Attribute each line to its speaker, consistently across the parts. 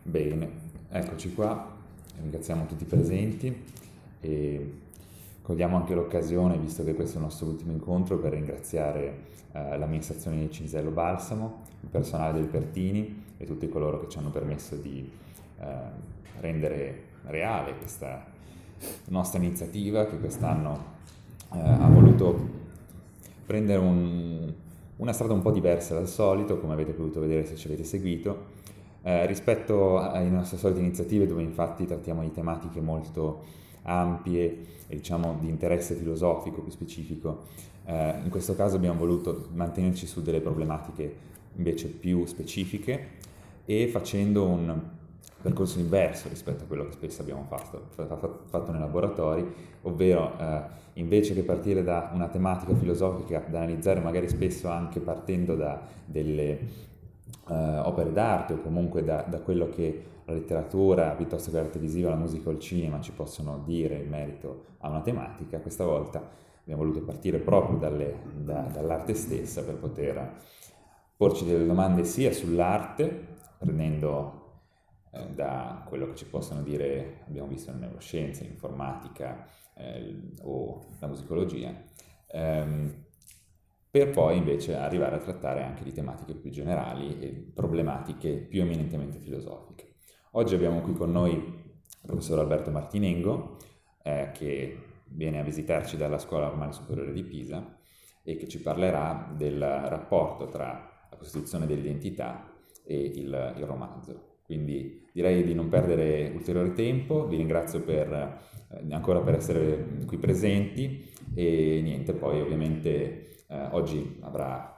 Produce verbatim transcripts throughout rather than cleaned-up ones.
Speaker 1: Bene, eccoci qua, ringraziamo tutti i presenti e cogliamo anche l'occasione, visto che questo è il nostro ultimo incontro, per ringraziare eh, l'amministrazione di Cinisello Balsamo, il personale del Pertini e tutti coloro che ci hanno permesso di eh, rendere reale questa nostra iniziativa che quest'anno eh, ha voluto prendere un, una strada un po' diversa dal solito, come avete potuto vedere se ci avete seguito. Eh, rispetto alle nostre solite iniziative, dove infatti trattiamo di tematiche molto ampie e diciamo di interesse filosofico più specifico, eh, in questo caso abbiamo voluto mantenerci su delle problematiche invece più specifiche e facendo un percorso inverso rispetto a quello che spesso abbiamo fatto, fatto nei laboratori, ovvero eh, invece che partire da una tematica filosofica da analizzare magari spesso anche partendo da delle Uh, opere d'arte o comunque da, da quello che la letteratura piuttosto che l'arte visiva, la musica o il cinema ci possono dire in merito a una tematica, questa volta abbiamo voluto partire proprio dalle, da, dall'arte stessa per poter porci delle domande sia sull'arte, prendendo eh, da quello che ci possono dire, abbiamo visto nelle neuroscienze, l'informatica eh, o la musicologia, ehm, per poi invece arrivare a trattare anche di tematiche più generali e problematiche più eminentemente filosofiche. Oggi abbiamo qui con noi il professor Alberto Martinengo, eh, che viene a visitarci dalla Scuola Normale Superiore di Pisa e che ci parlerà del rapporto tra la costituzione dell'identità e il, il romanzo. Quindi direi di non perdere ulteriore tempo, vi ringrazio per, eh, ancora per essere qui presenti e niente, poi ovviamente Eh, oggi avrà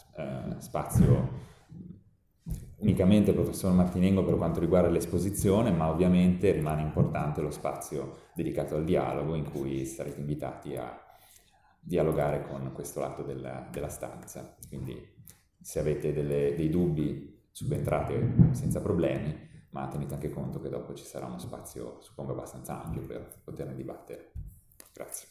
Speaker 1: eh, spazio unicamente il professor Martinengo per quanto riguarda l'esposizione, ma ovviamente rimane importante lo spazio dedicato al dialogo in cui sarete invitati a dialogare con questo lato della, della stanza. Quindi se avete delle, dei dubbi subentrate senza problemi, ma tenete anche conto che dopo ci sarà uno spazio, suppongo, abbastanza ampio per poterne dibattere. Grazie.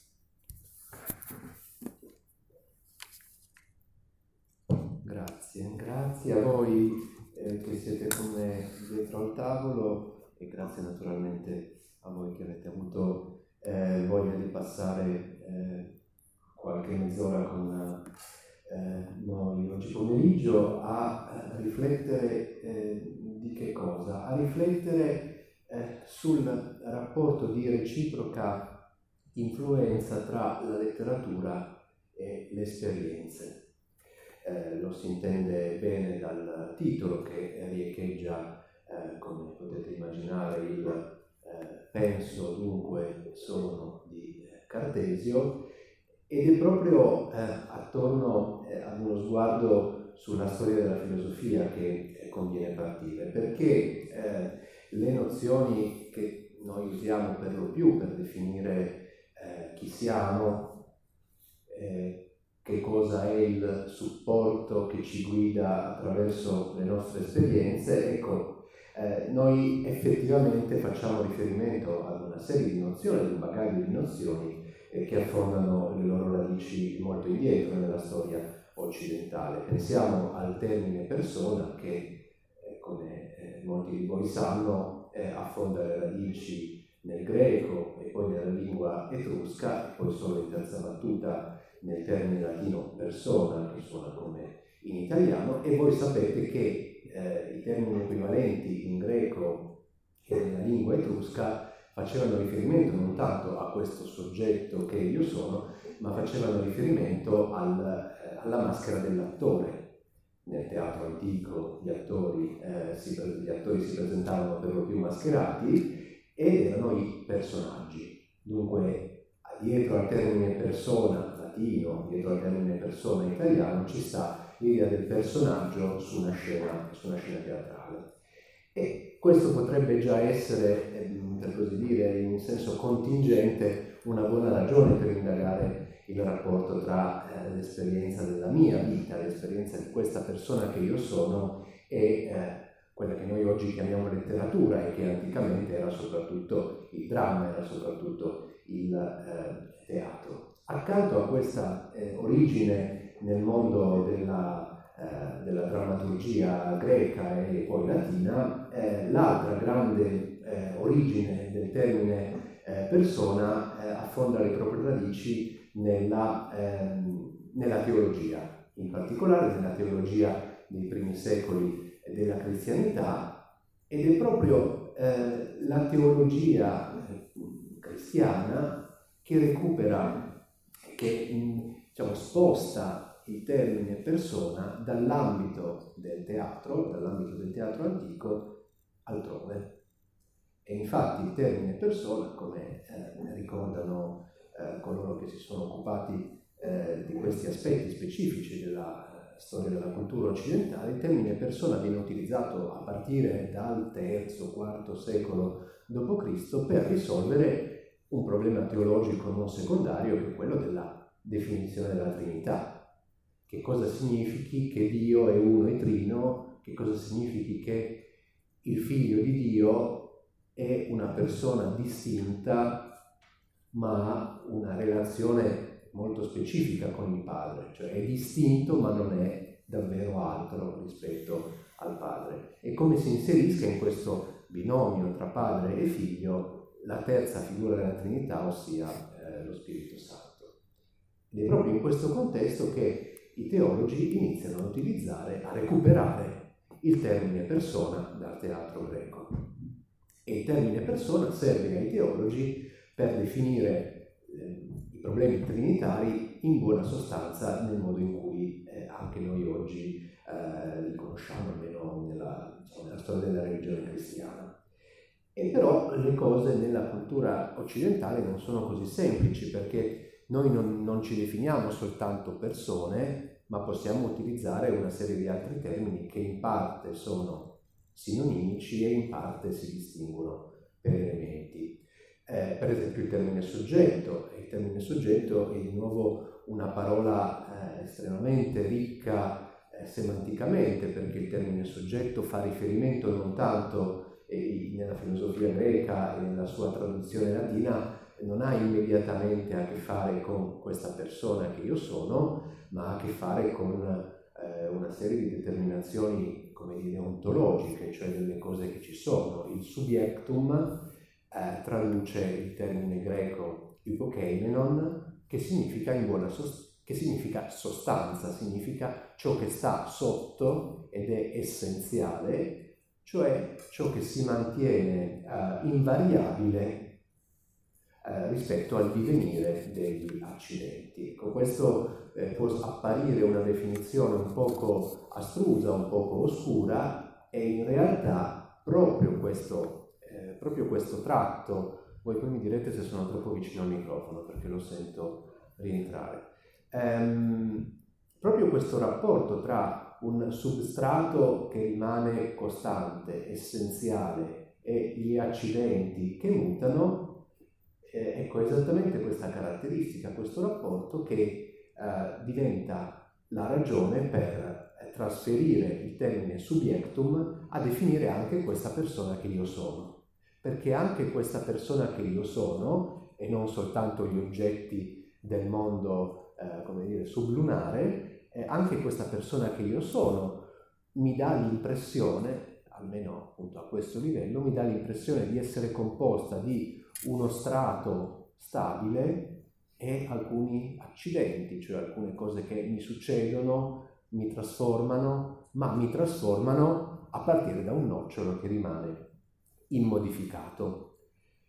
Speaker 2: Grazie, grazie a voi eh, che siete con me dietro al tavolo e grazie naturalmente a voi che avete avuto eh, voglia di passare eh, qualche mezz'ora con eh, noi oggi pomeriggio a riflettere eh, di che cosa? A riflettere eh, sul rapporto di reciproca influenza tra la letteratura e le esperienze. Eh, lo si intende bene dal titolo che riecheggia, eh, come potete immaginare, il eh, penso dunque sono di eh, Cartesio, ed è proprio eh, attorno eh, ad uno sguardo sulla storia della filosofia che eh, conviene partire, perché eh, le nozioni che noi usiamo per lo più per definire eh, chi siamo, eh, che cosa è il supporto che ci guida attraverso le nostre esperienze, ecco, eh, noi effettivamente facciamo riferimento ad una serie di nozioni, ad un bagaglio di nozioni eh, che affondano le loro radici molto indietro nella storia occidentale. Pensiamo al termine persona che, eh, come eh, molti di voi sanno, eh, affonda le radici nel greco e poi nella lingua etrusca, e poi solo in terza battuta nel termine latino persona, che suona come in italiano, e voi sapete che eh, i termini equivalenti in greco e nella lingua etrusca facevano riferimento non tanto a questo soggetto che io sono, ma facevano riferimento al, eh, alla maschera dell'attore. Nel teatro antico gli attori, eh, si, gli attori si presentavano per lo più mascherati ed erano i personaggi. Dunque, dietro al termine persona latino, dietro al termine persona italiano, ci sta l'idea del personaggio su una scena, su una scena teatrale. E questo potrebbe già essere, per così dire, in senso contingente, una buona ragione per indagare il rapporto tra eh, l'esperienza della mia vita, l'esperienza di questa persona che io sono e eh, quella che noi oggi chiamiamo letteratura e che anticamente era soprattutto il dramma, era soprattutto il eh, teatro. Accanto a questa eh, origine nel mondo della eh, della drammaturgia greca e poi latina, eh, l'altra grande eh, origine del termine eh, persona eh, affonda le proprie radici nella, ehm, nella teologia, in particolare nella teologia dei primi secoli della cristianità, ed è proprio eh, la teologia cristiana che recupera, che diciamo, sposta il termine persona dall'ambito del teatro, dall'ambito del teatro antico altrove. E infatti il termine persona, come eh, ricordano eh, coloro che si sono occupati eh, di questi aspetti specifici della eh, storia della cultura occidentale, il termine persona viene utilizzato a partire dal terzo quarto secolo dopo Cristo per risolvere un problema teologico non secondario, che è quello della definizione della Trinità. Che cosa significhi che Dio è uno e trino, che cosa significhi che il Figlio di Dio è una persona distinta ma ha una relazione molto specifica con il Padre, cioè è distinto ma non è davvero altro rispetto al Padre. E come si inserisca in questo binomio tra Padre e Figlio la terza figura della Trinità, ossia eh, lo Spirito Santo. Ed è proprio in questo contesto che i teologi iniziano a utilizzare, a recuperare il termine persona dal teatro greco. E il termine persona serve ai teologi per definire eh, i problemi trinitari in buona sostanza nel modo in cui eh, anche noi oggi eh, li conosciamo, almeno nella, diciamo, nella storia della religione cristiana. E però le cose nella cultura occidentale non sono così semplici, perché noi non, non ci definiamo soltanto persone, ma possiamo utilizzare una serie di altri termini che in parte sono sinonimici e in parte si distinguono per elementi. Eh, per esempio il termine soggetto. Il termine soggetto è di nuovo una parola eh, estremamente ricca eh, semanticamente, perché il termine soggetto fa riferimento non tanto e nella filosofia greca e nella sua traduzione latina non ha immediatamente a che fare con questa persona che io sono, ma ha a che fare con eh, una serie di determinazioni, come dire, ontologiche, cioè delle cose che ci sono. Il subjectum eh, traduce il termine greco hypokeimenon, che significa in buona sostanza, che significa sostanza, significa ciò che sta sotto ed è essenziale, cioè ciò che si mantiene uh, invariabile uh, rispetto al divenire degli accidenti. Con questo eh, può apparire una definizione un poco astrusa, un poco oscura, e in realtà proprio questo, eh, proprio questo tratto, voi poi mi direte se sono troppo vicino al microfono perché lo sento rientrare, ehm, proprio questo rapporto tra un substrato che rimane costante, essenziale, e gli accidenti che mutano, eh, ecco esattamente questa caratteristica, questo rapporto che eh, diventa la ragione per eh, trasferire il termine subjectum a definire anche questa persona che io sono. Perché anche questa persona che io sono, e non soltanto gli oggetti del mondo, eh, come dire, sublunare, Eh, anche questa persona che io sono mi dà l'impressione, almeno appunto a questo livello, mi dà l'impressione di essere composta di uno strato stabile e alcuni accidenti, cioè alcune cose che mi succedono, mi trasformano, ma mi trasformano a partire da un nocciolo che rimane immodificato.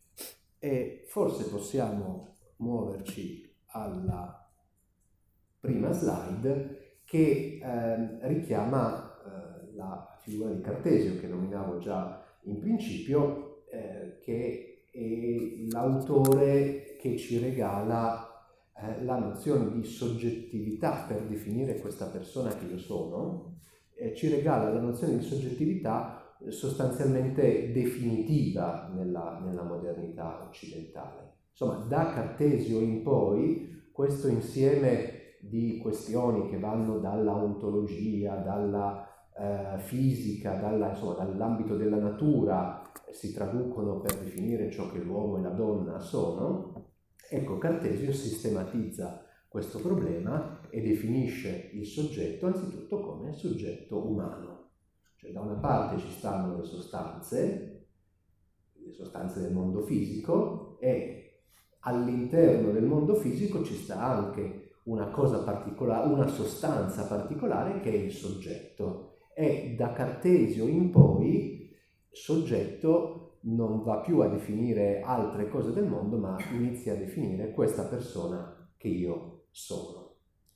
Speaker 2: E forse possiamo muoverci alla prima slide che eh, richiama eh, la figura di Cartesio che nominavo già in principio, eh, che è l'autore che ci regala eh, la nozione di soggettività per definire questa persona che io sono, eh, ci regala la nozione di soggettività sostanzialmente definitiva nella, nella modernità occidentale. Insomma, da Cartesio in poi questo insieme di questioni che vanno dalla ontologia, dalla eh, fisica, dalla, insomma, dall'ambito della natura, eh, si traducono per definire ciò che l'uomo e la donna sono. Ecco, Cartesio sistematizza questo problema e definisce il soggetto anzitutto come soggetto umano. Cioè da una parte ci stanno le sostanze, le sostanze del mondo fisico, e all'interno del mondo fisico ci sta anche una cosa particolare, una sostanza particolare che è il soggetto. E da Cartesio in poi soggetto non va più a definire altre cose del mondo, ma inizia a definire questa persona che io sono.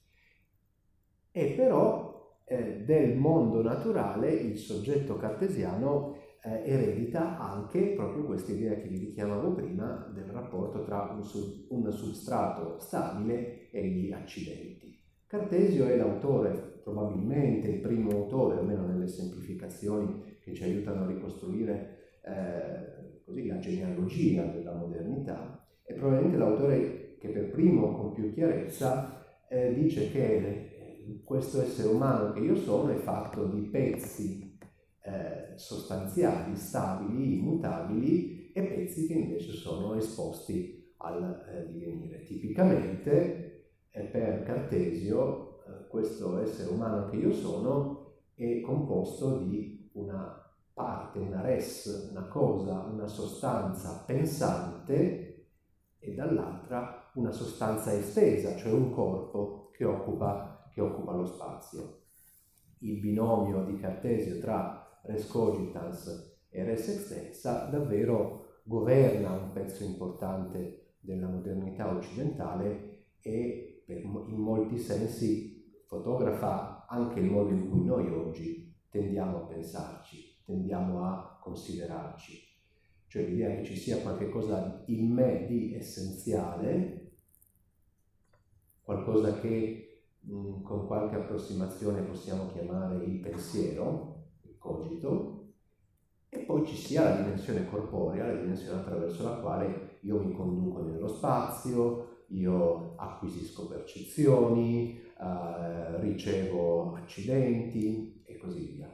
Speaker 2: E però eh, del mondo naturale il soggetto cartesiano eh, eredita anche proprio questa idea che vi richiamavo prima del rapporto tra un, sub, un substrato stabile e gli accidenti. Cartesio è l'autore, probabilmente il primo autore, almeno nelle semplificazioni che ci aiutano a ricostruire eh, così la genealogia della modernità, è probabilmente l'autore che per primo con più chiarezza eh, dice che questo essere umano che io sono è fatto di pezzi eh, sostanziali, stabili, immutabili, e pezzi che invece sono esposti al eh, divenire. Tipicamente eh, per Cartesio eh, questo essere umano che io sono è composto di una parte, una res, una cosa, una sostanza pensante, e dall'altra una sostanza estesa, cioè un corpo che occupa, che occupa lo spazio. Il binomio di Cartesio tra res cogitans e res extensa davvero governa un pezzo importante della modernità occidentale e per, in molti sensi fotografa anche il modo in cui noi oggi tendiamo a pensarci, tendiamo a considerarci. Cioè l'idea che ci sia qualcosa in me di essenziale, qualcosa che mh, con qualche approssimazione possiamo chiamare il pensiero, il cogito, e poi ci sia la dimensione corporea, la dimensione attraverso la quale io mi conduco nello spazio, io acquisisco percezioni, eh, ricevo accidenti e così via.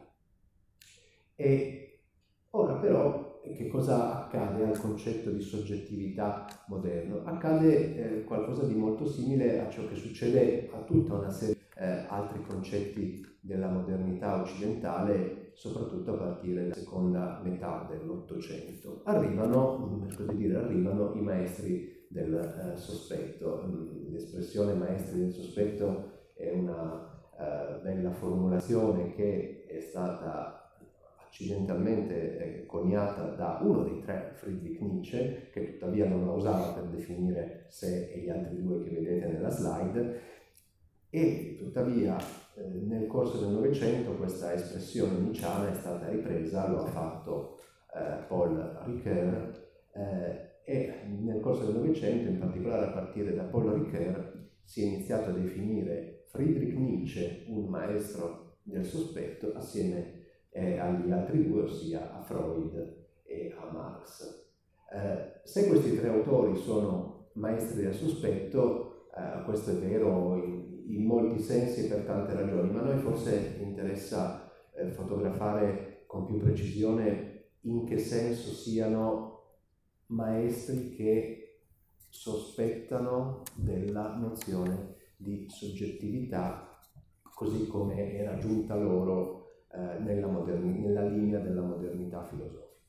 Speaker 2: E ora però che cosa accade al concetto di soggettività moderno? Accade eh, qualcosa di molto simile a ciò che succede a tutta una serie di eh, altri concetti della modernità occidentale, soprattutto a partire dalla seconda metà dell'Ottocento. Arrivano, per così dire, arrivano i maestri del eh, sospetto. L'espressione maestri del sospetto è una eh, bella formulazione che è stata accidentalmente eh, coniata da uno dei tre, Friedrich Nietzsche, che tuttavia non la usava per definire sé e gli altri due che vedete nella slide, e tuttavia eh, nel corso del Novecento questa espressione nietzschiana è stata ripresa, lo ha fatto eh, Paul Ricoeur, eh, e nel corso del Novecento, in particolare a partire da Paul Ricoeur, si è iniziato a definire Friedrich Nietzsche un maestro del sospetto assieme Eh, agli altri due, ossia a Freud e a Marx. Eh, se questi tre autori sono maestri del sospetto, eh, questo è vero in, in molti sensi e per tante ragioni, ma a noi forse interessa eh, fotografare con più precisione in che senso siano maestri che sospettano della nozione di soggettività così come era giunta loro Eh, nella, moderni- nella linea della modernità filosofica.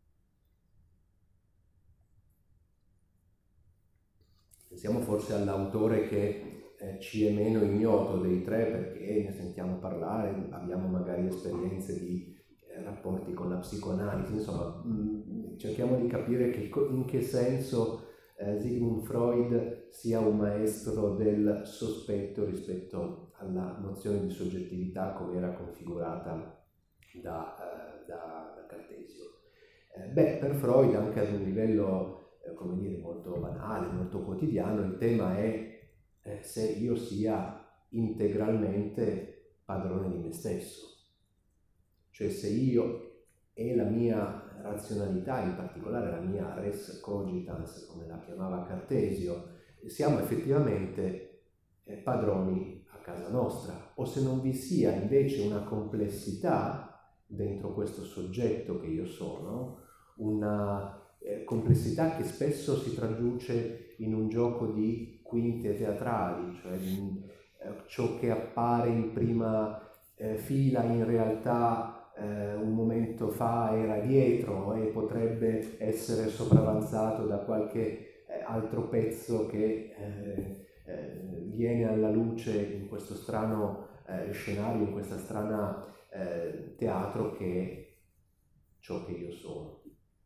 Speaker 2: Pensiamo forse all'autore che eh, ci è meno ignoto dei tre, perché ne sentiamo parlare, abbiamo magari esperienze di eh, rapporti con la psicoanalisi, insomma mh, cerchiamo di capire che, in che senso eh, Sigmund Freud sia un maestro del sospetto rispetto alla nozione di soggettività come era configurata da, uh, da, da Cartesio. Eh, beh, per Freud, anche ad un livello, eh, come dire, molto banale, molto quotidiano, il tema è eh, se io sia integralmente padrone di me stesso. Cioè se io e la mia razionalità, in particolare la mia res cogitans, come la chiamava Cartesio, siamo effettivamente eh, padroni a casa nostra, o se non vi sia invece una complessità dentro questo soggetto che io sono, una eh, complessità che spesso si traduce in un gioco di quinte teatrali, cioè in, eh, ciò che appare in prima eh, fila in realtà eh, un momento fa era dietro e potrebbe essere sopravanzato da qualche eh, altro pezzo che eh, eh, viene alla luce in questo strano eh, scenario, in questa strana eh, teatro che è ciò che io sono.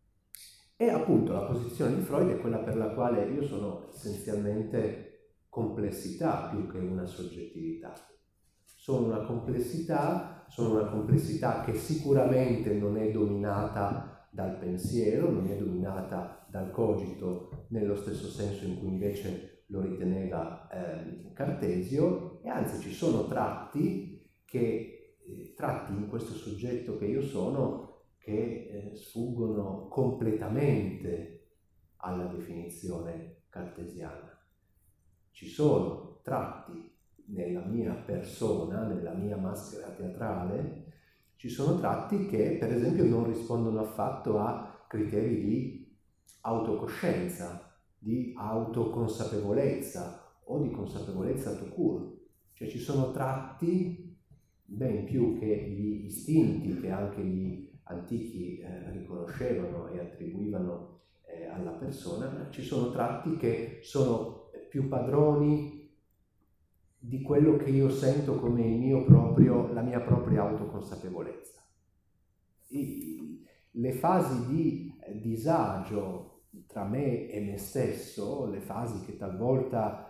Speaker 2: E appunto la posizione di Freud è quella per la quale io sono essenzialmente complessità più che una soggettività. Sono una complessità, sono una complessità che sicuramente non è dominata dal pensiero, non è dominata dal cogito nello stesso senso in cui invece lo riteneva eh, Cartesio, e anzi ci sono tratti che eh, tratti in questo soggetto che io sono che eh, sfuggono completamente alla definizione cartesiana. Ci sono tratti nella mia persona, nella mia maschera teatrale, ci sono tratti che per esempio non rispondono affatto a criteri di autocoscienza, di autoconsapevolezza o di consapevolezza tout court. Cioè ci sono tratti ben più che gli istinti che anche gli antichi eh, riconoscevano e attribuivano eh, alla persona, ci sono tratti che sono più padroni di quello che io sento come il mio proprio, la mia propria autoconsapevolezza. I, le fasi di eh, disagio tra me e me stesso, le fasi che talvolta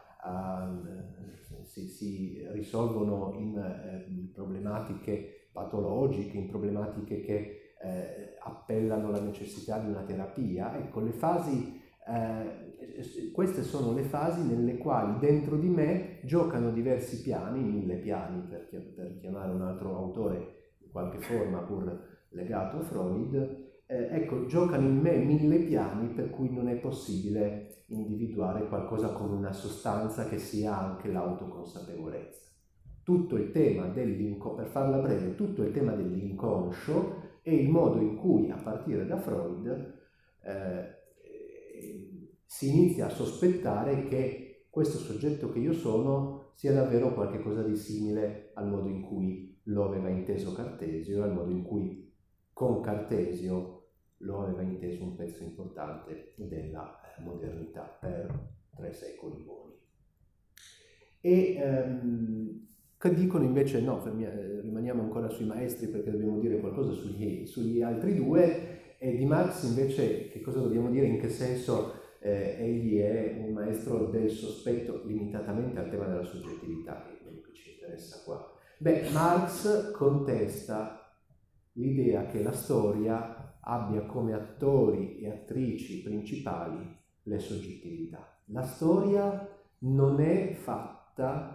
Speaker 2: eh, si, si risolvono in eh, problematiche patologiche, in problematiche che Eh, appellano la necessità di una terapia, ecco, le fasi, eh, queste sono le fasi nelle quali dentro di me giocano diversi piani, mille piani per, per chiamare un altro autore in qualche forma pur legato a Freud, eh, ecco, giocano in me mille piani per cui non è possibile individuare qualcosa come una sostanza che sia anche l'autoconsapevolezza. Tutto il tema dell'inconscio, per farla breve, tutto il tema dell'inconscio e il modo in cui, a partire da Freud, eh, si inizia a sospettare che questo soggetto che io sono sia davvero qualcosa di simile al modo in cui lo aveva inteso Cartesio, al modo in cui con Cartesio lo aveva inteso un pezzo importante della modernità per tre secoli buoni. E ehm, che dicono invece no, rimaniamo ancora sui maestri perché dobbiamo dire qualcosa sugli, sugli altri due, e di Marx invece che cosa dobbiamo dire, in che senso eh, egli è un maestro del sospetto limitatamente al tema della soggettività, che è quello che ci interessa qua. Beh, Marx contesta l'idea che la storia abbia come attori e attrici principali le soggettività. La storia non è fatta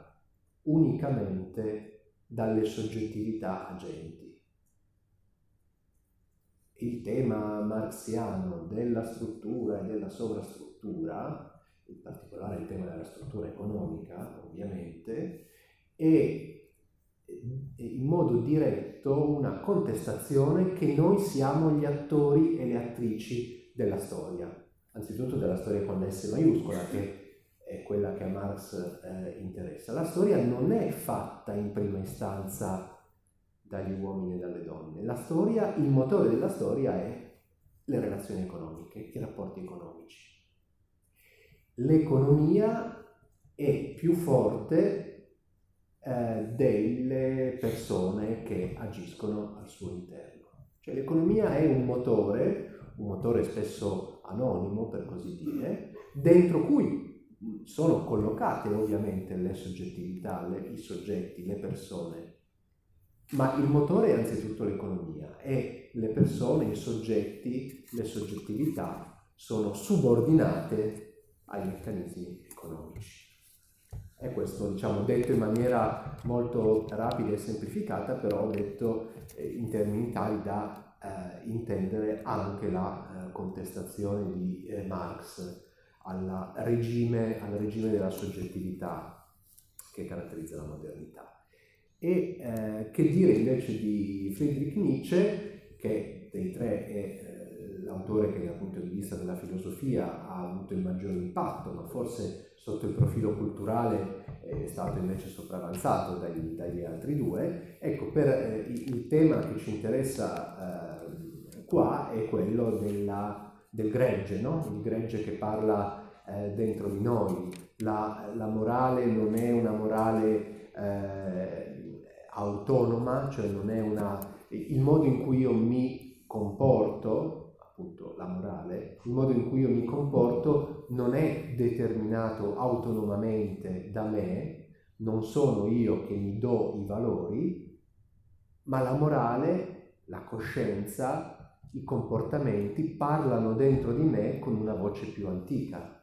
Speaker 2: unicamente dalle soggettività agenti. Il tema marxiano della struttura e della sovrastruttura, in particolare il tema della struttura economica, ovviamente, è in modo diretto una contestazione che noi siamo gli attori e le attrici della storia, anzitutto della storia con l'S maiuscola, che è quella che a Marx eh, interessa. La storia non è fatta in prima istanza dagli uomini e dalle donne. La storia, il motore della storia è le relazioni economiche, i rapporti economici. L'economia è più forte eh, delle persone che agiscono al suo interno. Cioè l'economia è un motore, un motore spesso anonimo per così dire, dentro cui sono collocate ovviamente le soggettività, le, i soggetti, le persone, ma il motore è anzitutto l'economia e le persone, i soggetti, le soggettività sono subordinate ai meccanismi economici. E questo, diciamo, detto in maniera molto rapida e semplificata, però detto eh, in termini tali da eh, intendere anche la eh, contestazione di eh, Marx Alla regime, al regime della soggettività che caratterizza la modernità. E eh, che dire invece di Friedrich Nietzsche, che dei tre è eh, l'autore che dal punto di vista della filosofia ha avuto il maggiore impatto, ma forse sotto il profilo culturale è stato invece sopravanzato dagli, dagli altri due. Ecco, per eh, il tema che ci interessa eh, qua è quello della, del gregge, no? Il gregge che parla eh, dentro di noi. La, la morale non è una morale eh, autonoma, cioè non è una... il modo in cui io mi comporto, appunto la morale, il modo in cui io mi comporto non è determinato autonomamente da me, non sono io che mi do i valori, ma la morale, la coscienza, i comportamenti parlano dentro di me con una voce più antica.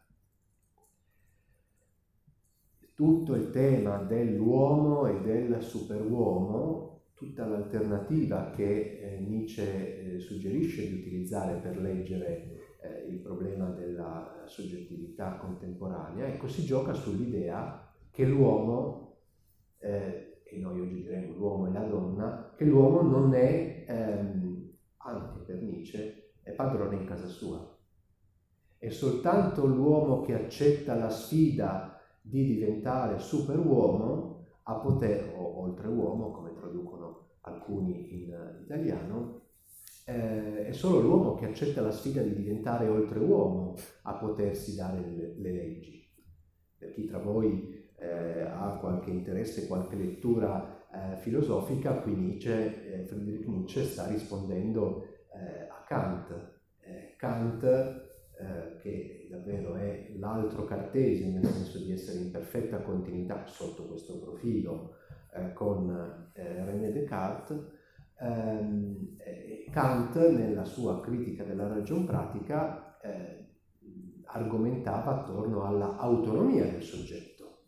Speaker 2: Tutto il tema dell'uomo e del superuomo, tutta l'alternativa che eh, Nietzsche eh, suggerisce di utilizzare per leggere eh, il problema della soggettività contemporanea, ecco, si gioca sull'idea che l'uomo, eh, e noi oggi diremmo l'uomo e la donna, che l'uomo non è, ehm, anche per Nietzsche, è padrone in casa sua. È soltanto l'uomo che accetta la sfida di diventare superuomo a poter, o oltreuomo, come traducono alcuni in italiano, eh, è solo l'uomo che accetta la sfida di diventare oltreuomo a potersi dare le, le leggi. Per chi tra voi eh, ha qualche interesse, qualche lettura eh, filosofica, qui Nietzsche, eh, Friedrich Nietzsche sta rispondendo eh, a Kant. Eh, Kant Eh, che davvero è l'altro Cartesio, nel senso di essere in perfetta continuità sotto questo profilo eh, con eh, René Descartes, ehm, eh, Kant nella sua critica della ragion pratica eh, argomentava attorno alla autonomia del soggetto.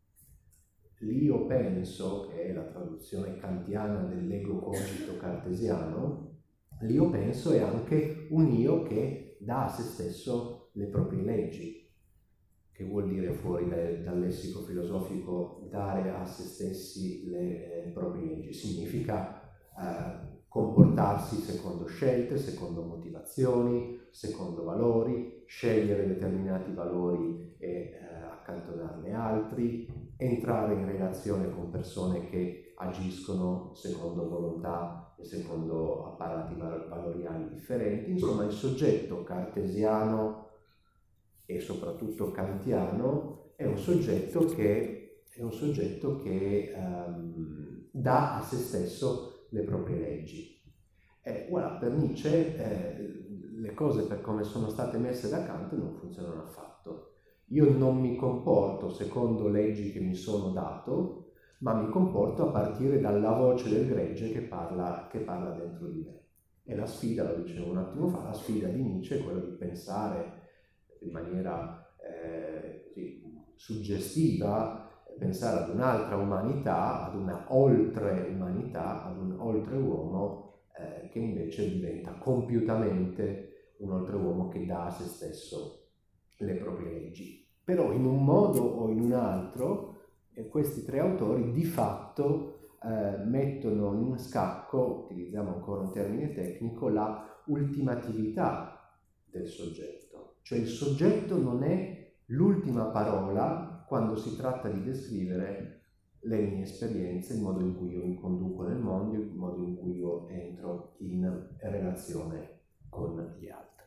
Speaker 2: L'io penso, che è la traduzione kantiana dell'ego cogito cartesiano, l'io penso è anche un io che dà a se stesso le proprie leggi. Che vuol dire fuori dal, dal lessico filosofico dare a se stessi le eh, proprie leggi? Significa eh, comportarsi secondo scelte, secondo motivazioni, secondo valori, scegliere determinati valori e eh, accantonarne altri, entrare in relazione con persone che agiscono secondo volontà e secondo apparati valoriali differenti. Insomma, il soggetto cartesiano e soprattutto kantiano è un soggetto che, è un soggetto che um, dà a se stesso le proprie leggi. E voilà, per Nietzsche eh, le cose per come sono state messe da Kant non funzionano affatto. Io non mi comporto secondo leggi che mi sono dato, ma mi comporto a partire dalla voce del gregge che parla, che parla dentro di me. E la sfida, lo dicevo un attimo fa, la sfida di Nietzsche è quella di pensare in maniera eh, così, suggestiva, pensare ad un'altra umanità, ad una oltre-umanità, ad un oltreuomo eh, che invece diventa compiutamente un oltreuomo che dà a se stesso le proprie leggi. Però in un modo o in un altro e questi tre autori di fatto eh, mettono in scacco, utilizziamo ancora un termine tecnico, la ultimatività del soggetto. Cioè il soggetto non è l'ultima parola quando si tratta di descrivere le mie esperienze, il modo in cui io mi conduco nel mondo, il modo in cui io entro in relazione con gli altri.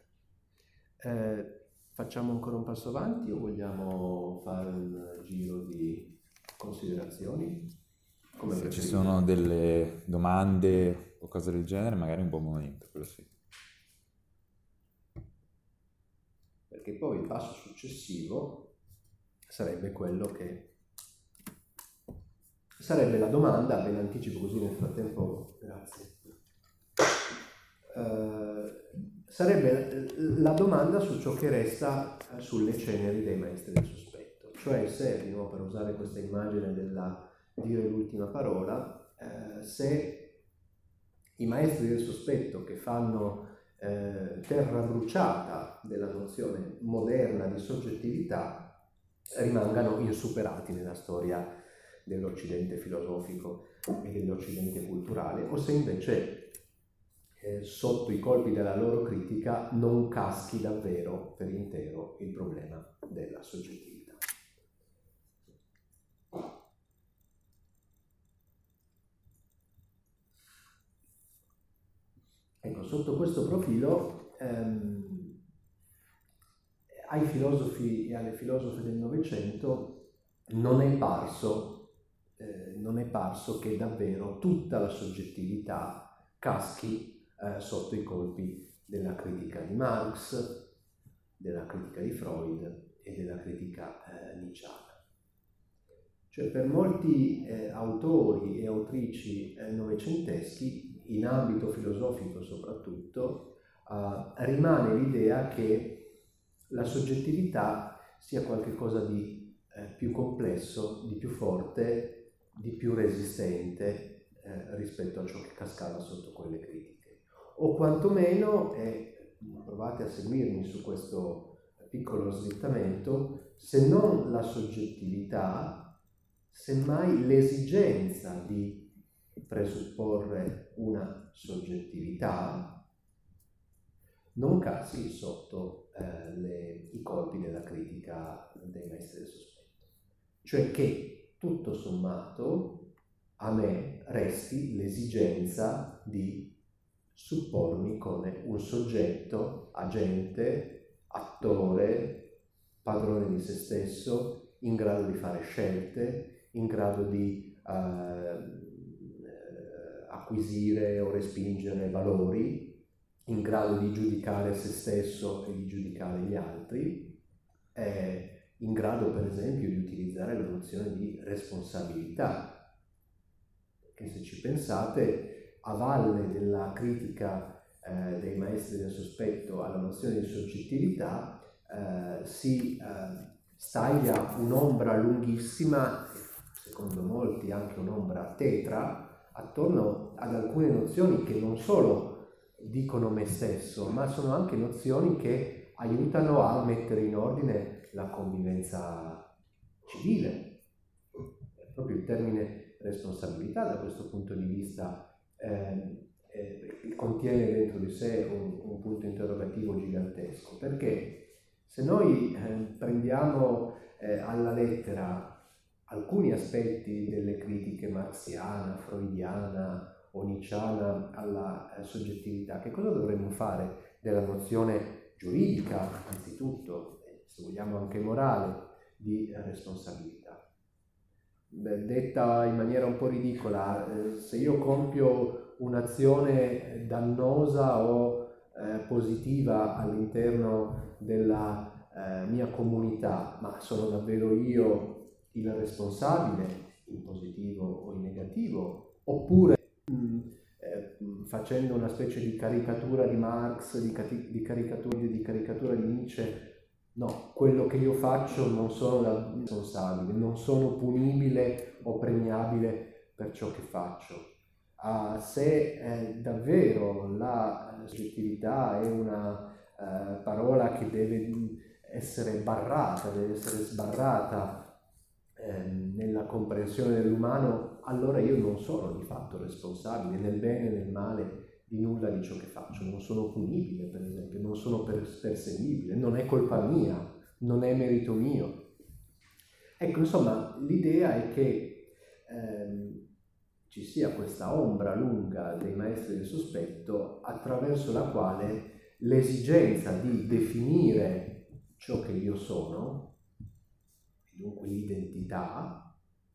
Speaker 2: Eh, facciamo ancora un passo avanti o vogliamo fare un giro di considerazioni? Come
Speaker 1: se ci sono delle domande o cose del genere, magari è un buon momento, quello sì.
Speaker 2: Perché poi il passo successivo sarebbe quello che sarebbe la domanda, ve l'anticipo così nel frattempo, grazie. Uh, sarebbe la domanda su ciò che resta sulle ceneri dei maestri del sospetto, cioè se, di nuovo per usare questa immagine della dire l'ultima parola, eh, se i maestri del sospetto che fanno eh, terra bruciata della nozione moderna di soggettività rimangano insuperati nella storia dell'Occidente filosofico e dell'Occidente culturale, o se invece eh, eh, sotto i colpi della loro critica non caschi davvero per intero il problema della soggettività. Ecco, sotto questo profilo ehm, ai filosofi e alle filosofe del Novecento non è parso, eh, non è parso che davvero tutta la soggettività caschi eh, sotto i colpi della critica di Marx, della critica di Freud e della critica eh, nietzscheana. Cioè, per molti eh, autori e autrici eh, novecenteschi, in ambito filosofico soprattutto, eh, rimane l'idea che la soggettività sia qualcosa di eh, più complesso, di più forte, di più resistente eh, rispetto a ciò che cascava sotto quelle critiche. O quantomeno, e provate a seguirmi su questo piccolo slittamento, se non la soggettività, semmai l'esigenza di presupporre una soggettività non caschi sotto eh, le, i colpi della critica dei maestri del sospetto. Cioè che, tutto sommato, a me resti l'esigenza di suppormi come un soggetto, agente, attore, padrone di se stesso, in grado di fare scelte, in grado di eh, acquisire o respingere valori, in grado di giudicare se stesso e di giudicare gli altri, è in grado per esempio di utilizzare la nozione di responsabilità, che se ci pensate, a valle della critica eh, dei maestri del sospetto alla nozione di soggettività, eh, si eh, staglia un'ombra lunghissima, secondo molti anche un'ombra tetra, attorno ad alcune nozioni che non solo dicono me stesso, ma sono anche nozioni che aiutano a mettere in ordine la convivenza civile. Proprio il termine responsabilità da questo punto di vista eh, eh, contiene dentro di sé un, un punto interrogativo gigantesco, perché se noi eh, prendiamo eh, alla lettera alcuni aspetti delle critiche marxiana, freudiana o nietzscheana alla eh, soggettività, che cosa dovremmo fare della nozione giuridica, anzitutto, e se vogliamo anche morale, di eh, responsabilità? Beh, detta in maniera un po' ridicola, eh, se io compio un'azione dannosa o eh, positiva all'interno della eh, mia comunità, ma sono davvero io il responsabile, in positivo o in negativo, oppure mh, eh, facendo una specie di caricatura di Marx, di, cati- di, caricatura, di caricatura di Nietzsche, no, quello che io faccio non sono responsabile, non sono punibile o premiabile per ciò che faccio. Uh, se eh, davvero la soggettività è una uh, parola che deve essere barrata, deve essere sbarrata nella comprensione dell'umano, allora io non sono di fatto responsabile nel bene e nel male di nulla di ciò che faccio, non sono punibile per esempio, non sono perseguibile, non è colpa mia, non è merito mio. Ecco, insomma, l'idea è che ehm, ci sia questa ombra lunga dei maestri del sospetto attraverso la quale l'esigenza di definire ciò che io sono, dunque l'identità,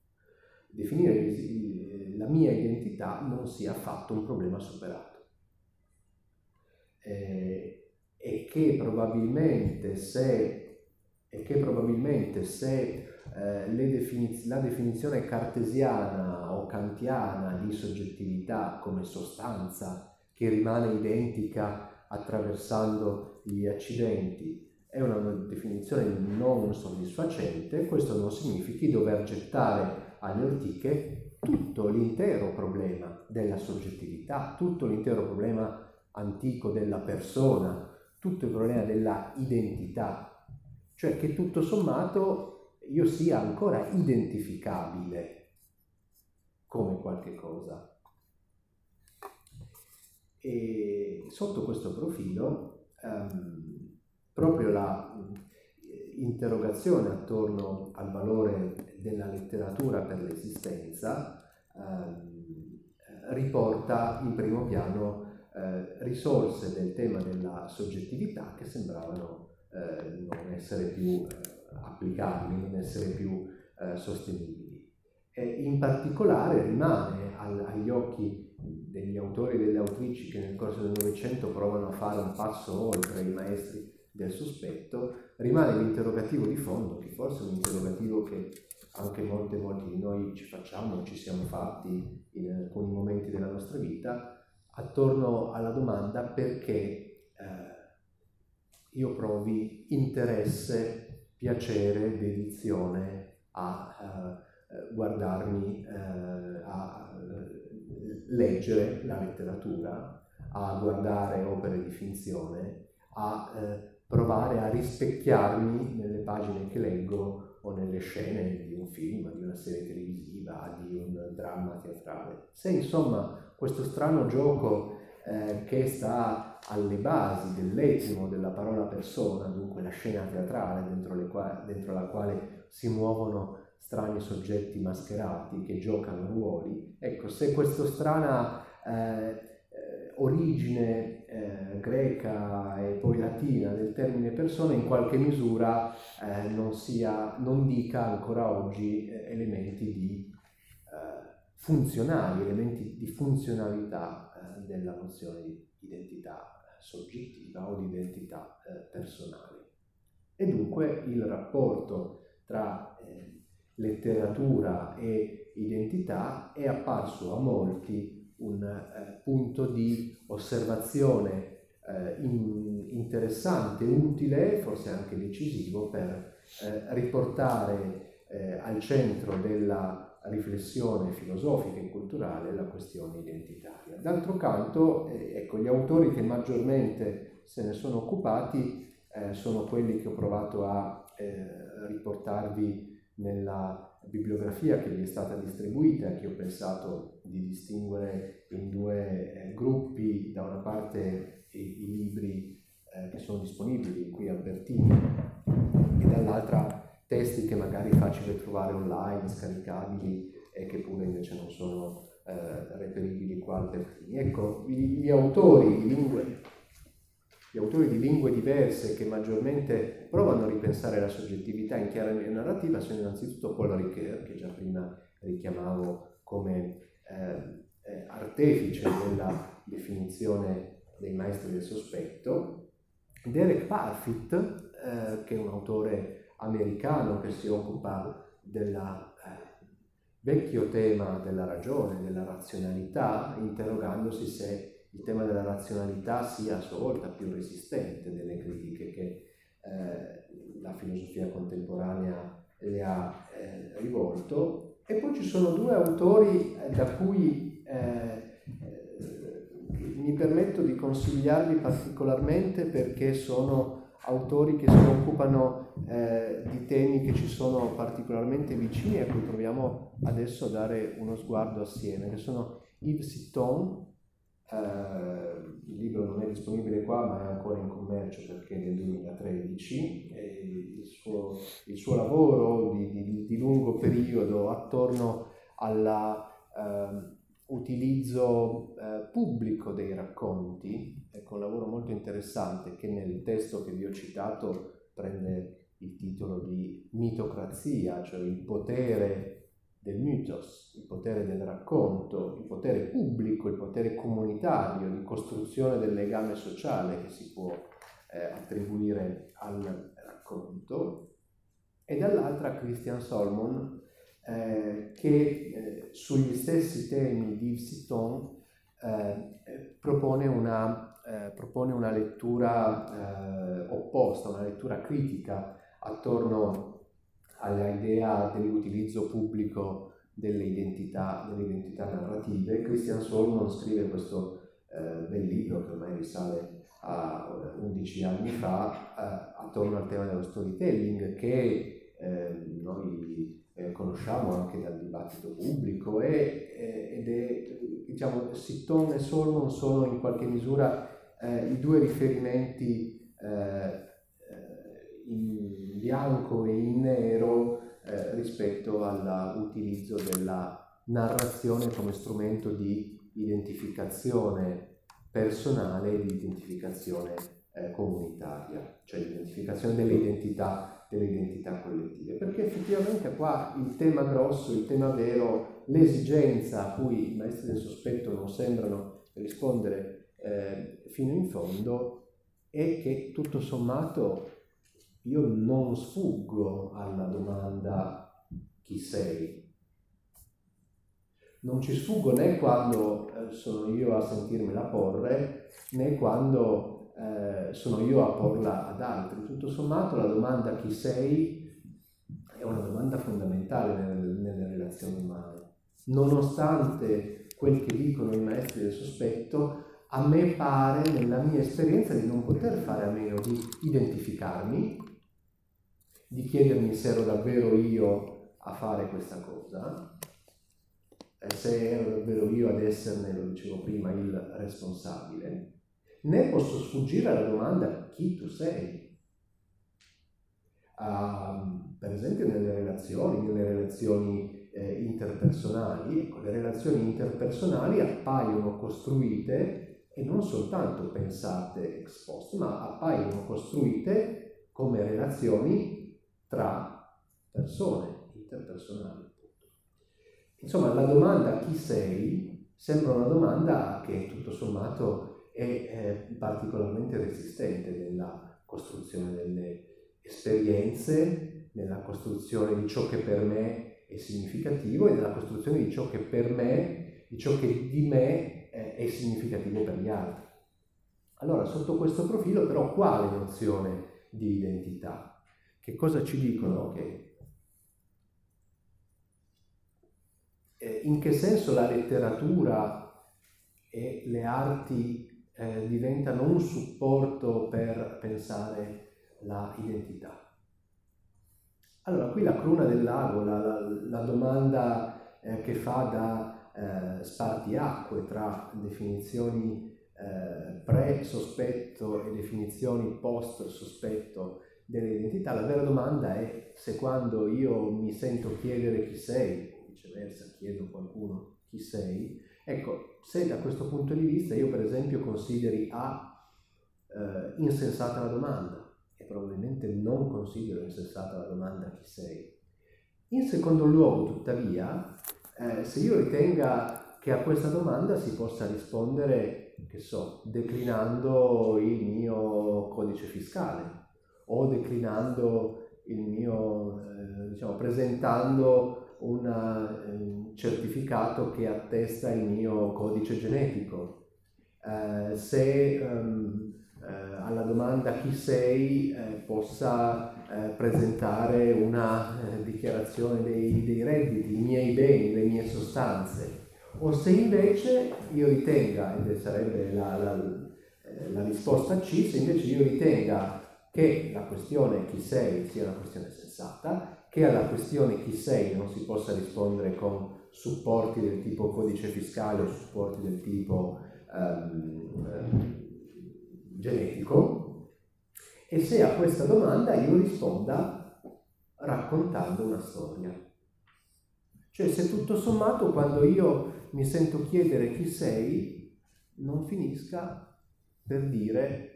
Speaker 2: definire la mia identità non sia affatto un problema superato. Eh, e che probabilmente se, e che probabilmente se eh, le definiz- la definizione cartesiana o kantiana di soggettività come sostanza che rimane identica attraversando gli accidenti è una definizione non soddisfacente, questo non significhi dover gettare alle ortiche tutto l'intero problema della soggettività, tutto l'intero problema antico della persona, tutto il problema della identità, cioè che tutto sommato io sia ancora identificabile come qualche cosa. E sotto questo profilo, ehm, proprio la interrogazione attorno al valore della letteratura per l'esistenza ehm, riporta in primo piano eh, risorse del tema della soggettività che sembravano eh, non essere più eh, applicabili, non essere più eh, sostenibili. E in particolare rimane al, agli occhi degli autori e delle autrici che nel corso del Novecento provano a fare un passo oltre i maestri del sospetto, rimane l'interrogativo di fondo, che forse è un interrogativo che anche molte volte di noi ci facciamo, ci siamo fatti in alcuni momenti della nostra vita, attorno alla domanda perché eh, io provi interesse, piacere, dedizione a eh, guardarmi, eh, a leggere la letteratura, a guardare opere di finzione, a eh, provare a rispecchiarmi nelle pagine che leggo o nelle scene di un film, di una serie televisiva, di un dramma teatrale. Se insomma questo strano gioco eh, che sta alle basi dell'etimo della parola persona, dunque la scena teatrale dentro, le qua- dentro la quale si muovono strani soggetti mascherati che giocano ruoli, ecco, se questa strana eh, origine eh, greca e poi latina del termine persona in qualche misura eh, non sia, non dica ancora oggi eh, elementi di eh, funzionali, elementi di funzionalità eh, della nozione di identità soggettiva o di identità eh, personale. E dunque il rapporto tra eh, letteratura e identità è apparso a molti un eh, punto di osservazione eh, in, interessante, utile, forse anche decisivo per eh, riportare eh, al centro della riflessione filosofica e culturale la questione identitaria. D'altro canto, eh, ecco, gli autori che maggiormente se ne sono occupati eh, sono quelli che ho provato a eh, riportarvi nella bibliografia che vi è stata distribuita, che ho pensato di distinguere in due eh, gruppi, da una parte i, i libri eh, che sono disponibili qui a Albertini e dall'altra testi che magari è facile trovare online, scaricabili e che pure invece non sono eh, reperibili qua a Albertini. Ecco, gli, gli autori di lingue Gli autori di lingue diverse che maggiormente provano a ripensare la soggettività in chiave narrativa sono innanzitutto Paul Ricoeur, che già prima richiamavo come eh, eh, artefice della definizione dei maestri del sospetto, Derek Parfit, eh, che è un autore americano che si occupa del eh, vecchio tema della ragione, della razionalità, interrogandosi se il tema della razionalità sia a sua volta più resistente delle critiche che eh, la filosofia contemporanea le ha eh, rivolto. E poi ci sono due autori eh, da cui eh, eh, mi permetto di consigliarli particolarmente perché sono autori che si occupano eh, di temi che ci sono particolarmente vicini e a cui proviamo adesso a dare uno sguardo assieme, che sono Yves Sitton. Uh, il libro non è disponibile qua ma è ancora in commercio perché è del duemilatredici e il suo, il suo lavoro di, di, di lungo periodo attorno all'utilizzo uh, uh, pubblico dei racconti, ecco, un lavoro molto interessante che nel testo che vi ho citato prende il titolo di Mitocrazia, cioè il potere del mythos, il potere del racconto, il potere pubblico, il potere comunitario di costruzione del legame sociale che si può eh, attribuire al racconto, e dall'altra Christian Solomon eh, che eh, sugli stessi temi di Yves Sitton eh, propone, una, eh, propone una lettura eh, opposta, una lettura critica attorno all'idea dell'utilizzo pubblico delle identità, delle identità narrative. Christian Solomon scrive questo eh, bel libro che ormai risale a undici anni fa eh, attorno al tema dello storytelling che eh, noi eh, conosciamo anche dal dibattito pubblico e, eh, ed è, diciamo, Sitton e Solomon sono in qualche misura eh, i due riferimenti eh, in bianco e in nero eh, rispetto all'utilizzo della narrazione come strumento di identificazione personale e di identificazione eh, comunitaria, cioè di identificazione delle identità, delle identità collettive. Perché effettivamente qua il tema grosso, il tema vero, l'esigenza a cui i maestri del sospetto non sembrano rispondere eh, fino in fondo è che tutto sommato io non sfuggo alla domanda chi sei. Non ci sfuggo né quando eh, sono io a sentirmela porre, né quando eh, sono io a porla ad altri. Tutto sommato la domanda chi sei è una domanda fondamentale nelle, nelle relazioni umane. Nonostante quel che dicono i maestri del sospetto, a me pare, nella mia esperienza, di non poter fare a meno di identificarmi, di chiedermi se ero davvero io a fare questa cosa, e se ero davvero io ad esserne, lo dicevo prima, il responsabile, né posso sfuggire alla domanda chi tu sei. Uh, per esempio nelle relazioni, nelle relazioni eh, interpersonali, ecco, le relazioni interpersonali appaiono costruite e non soltanto pensate ex post, ma appaiono costruite come relazioni tra persone interpersonali. Insomma, la domanda chi sei sembra una domanda che tutto sommato è, è particolarmente resistente nella costruzione delle esperienze, nella costruzione di ciò che per me è significativo e nella costruzione di ciò che per me, di ciò che di me è, è significativo per gli altri. Allora, sotto questo profilo, però, quale nozione di identità? Che cosa ci dicono? Che eh, in che senso la letteratura e le arti eh, diventano un supporto per pensare la identità? Allora, qui la cruna del lago, la, la, la domanda eh, che fa da eh, spartiacque tra definizioni eh, pre-sospetto e definizioni post-sospetto dell'identità, la vera domanda è se quando io mi sento chiedere chi sei, o viceversa chiedo a qualcuno chi sei, ecco, se da questo punto di vista io per esempio consideri A eh, insensata la domanda, e probabilmente non considero insensata la domanda chi sei. In secondo luogo, tuttavia, eh, se io ritenga che a questa domanda si possa rispondere, che so, declinando il mio codice fiscale, o declinando il mio, eh, diciamo, presentando una, un certificato che attesta il mio codice genetico. Eh, se um, eh, alla domanda chi sei eh, possa eh, presentare una eh, dichiarazione dei, dei redditi, i miei beni, le mie sostanze. O se invece io ritenga, ed sarebbe la, la, la risposta C, se invece io ritenga che la questione chi sei sia una questione sensata, che alla questione chi sei non si possa rispondere con supporti del tipo codice fiscale o supporti del tipo um, um, genetico, e se a questa domanda io risponda raccontando una storia. Cioè, se tutto sommato quando io mi sento chiedere chi sei, non finisca per dire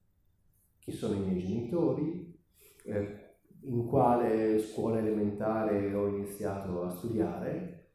Speaker 2: chi sono i miei genitori, eh, in quale scuola elementare ho iniziato a studiare,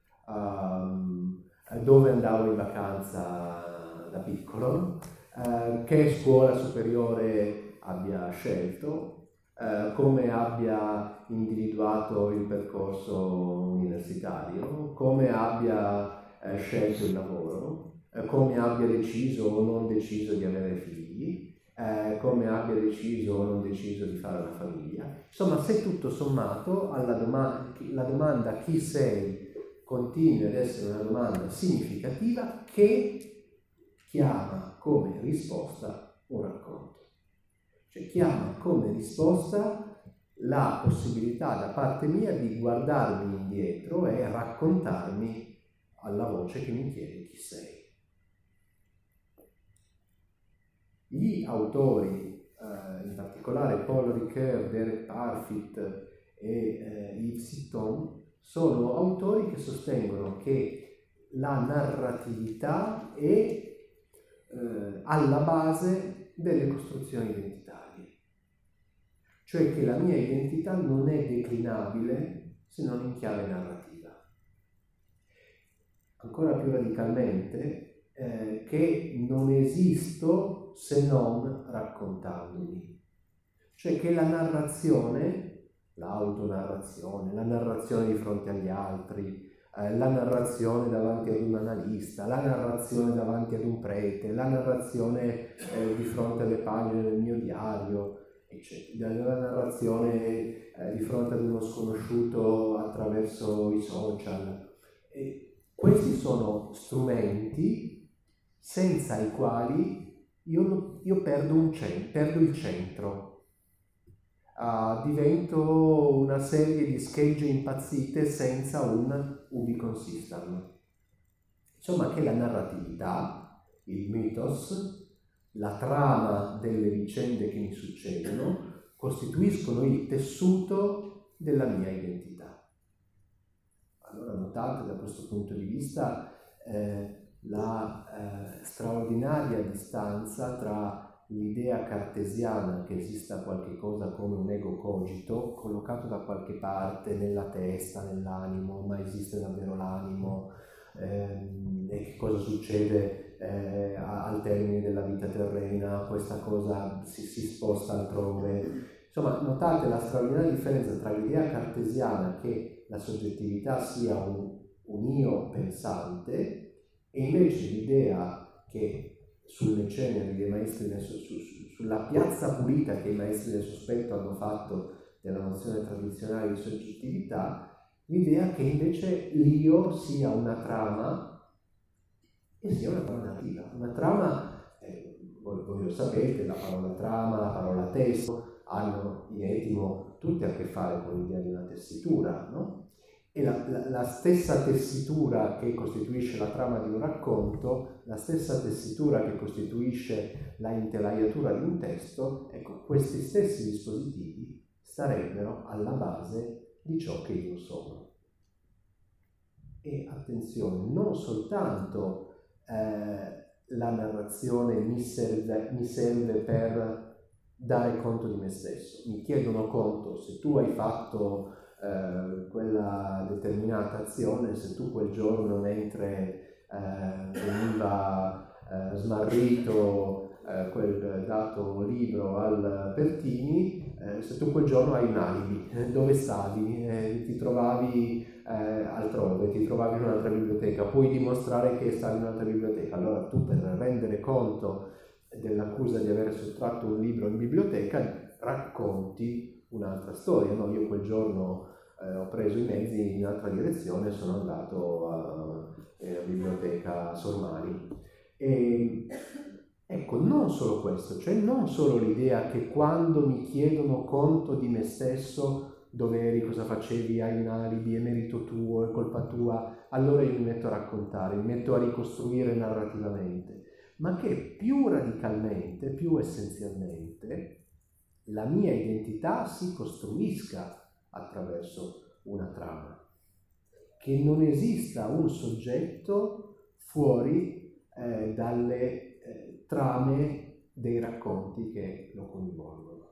Speaker 2: um, dove andavo in vacanza da piccolo, uh, che scuola superiore abbia scelto, uh, come abbia individuato il percorso universitario, come abbia uh, scelto il lavoro, uh, come abbia deciso o non deciso di avere figli, Eh, come abbia deciso o non deciso di fare una famiglia. Insomma, se tutto sommato alla doma- la domanda chi sei continua ad essere una domanda significativa che chiama come risposta un racconto. Cioè chiama come risposta la possibilità da parte mia di guardarmi indietro e raccontarmi alla voce che mi chiede chi sei. Gli autori, eh, in particolare Paul Ricoeur, Derek Parfit e eh, Yves Sitton, sono autori che sostengono che la narratività è eh, alla base delle costruzioni identitarie, cioè che la mia identità non è declinabile se non in chiave narrativa. Ancora più radicalmente, eh, che non esisto se non raccontandomi, cioè che la narrazione, l'autonarrazione, la narrazione di fronte agli altri, eh, la narrazione davanti ad un analista, la narrazione davanti ad un prete, la narrazione eh, di fronte alle pagine del mio diario, eccetera, la narrazione eh, di fronte ad uno sconosciuto attraverso i social. E questi sono strumenti senza i quali io, io perdo, un cent- perdo il centro. Uh, divento una serie di schegge impazzite senza un ubi consistam. Insomma, che la narratività, il mythos, la trama delle vicende che mi succedono costituiscono il tessuto della mia identità. Allora notate da questo punto di vista eh, la eh, straordinaria distanza tra l'idea cartesiana che esista qualche cosa come un ego cogito, collocato da qualche parte nella testa, nell'animo, ma esiste davvero l'animo, ehm, e che cosa succede eh, al termine della vita terrena, questa cosa si, si sposta altrove. Insomma, notate la straordinaria differenza tra l'idea cartesiana che la soggettività sia un, un io pensante e invece l'idea che sulle ceneri dei maestri del, su, su, sulla piazza pulita che i maestri del sospetto hanno fatto della nozione tradizionale di soggettività, l'idea che invece l'io sia una trama e sia una trama narrativa. Una trama, eh, voi, voi lo sapete, la parola trama, la parola testo hanno in etimo tutte a che fare con l'idea di una tessitura, no? E la, la, la stessa tessitura che costituisce la trama di un racconto, la stessa tessitura che costituisce la intelaiatura di un testo, ecco, questi stessi dispositivi starebbero alla base di ciò che io sono. E attenzione, non soltanto eh, la narrazione mi serve, mi serve per dare conto di me stesso. Mi chiedono conto se tu hai fatto Uh, quella determinata azione, se tu quel giorno mentre uh, veniva uh, smarrito uh, quel dato libro al Pertini, uh, se tu quel giorno hai un alibi, dove stavi? Eh, ti trovavi uh, altrove, ti trovavi in un'altra biblioteca, puoi dimostrare che stavi in un'altra biblioteca. Allora tu, per rendere conto dell'accusa di aver sottratto un libro in biblioteca, racconti un'altra storia. No, io quel giorno eh, ho preso i mezzi in un'altra direzione e sono andato alla biblioteca Sormani. E ecco, non solo questo, cioè non solo l'idea che quando mi chiedono conto di me stesso, dove eri, cosa facevi, hai un alibi, è merito tuo, è colpa tua, allora io mi metto a raccontare, mi metto a ricostruire narrativamente, ma che più radicalmente, più essenzialmente, la mia identità si costruisca attraverso una trama, che non esista un soggetto fuori eh, dalle eh, trame dei racconti che lo coinvolgono.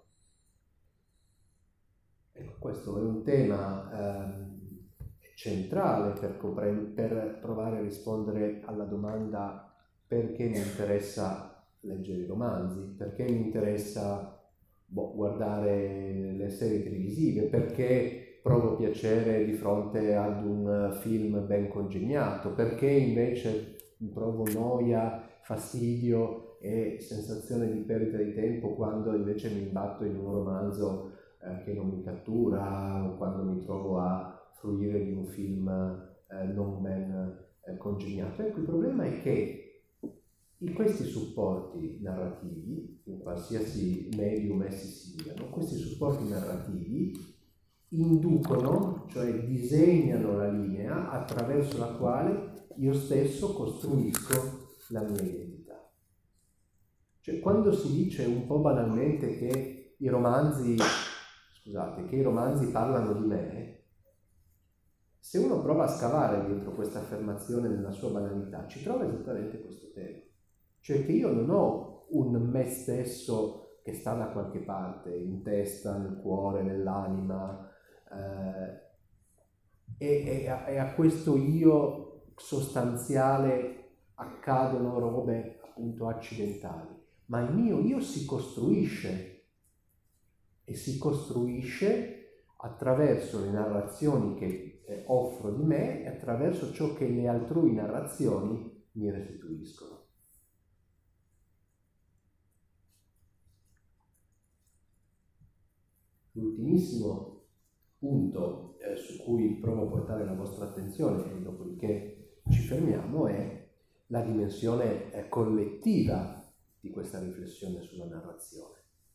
Speaker 2: Ecco, questo è un tema eh, centrale per, copre- per provare a rispondere alla domanda: perché mi interessa leggere i romanzi, perché mi interessa Boh, guardare le serie televisive, perché provo piacere di fronte ad un film ben congegnato, perché invece provo noia, fastidio e sensazione di perdita di tempo quando invece mi imbatto in un romanzo eh, che non mi cattura, o quando mi trovo a fruire di un film eh, non ben eh, congegnato. Ecco, il problema è che in questi supporti narrativi, in qualsiasi medium essi siano, questi supporti narrativi inducono, cioè disegnano la linea attraverso la quale io stesso costruisco la mia identità. Cioè, quando si dice un po' banalmente che i romanzi, scusate, che i romanzi parlano di me, se uno prova a scavare dietro questa affermazione nella sua banalità, ci trova esattamente questo tema. Cioè che io non ho un me stesso che sta da qualche parte, in testa, nel cuore, nell'anima, eh, e, e, a, e a questo io sostanziale accadono robe appunto accidentali. Ma il mio io si costruisce, e si costruisce attraverso le narrazioni che eh, offro di me e attraverso ciò che le altrui narrazioni mi restituiscono. L'ultimissimo punto eh, su cui provo a portare la vostra attenzione e dopodiché ci fermiamo è la dimensione eh, collettiva di questa riflessione sulla narrazione.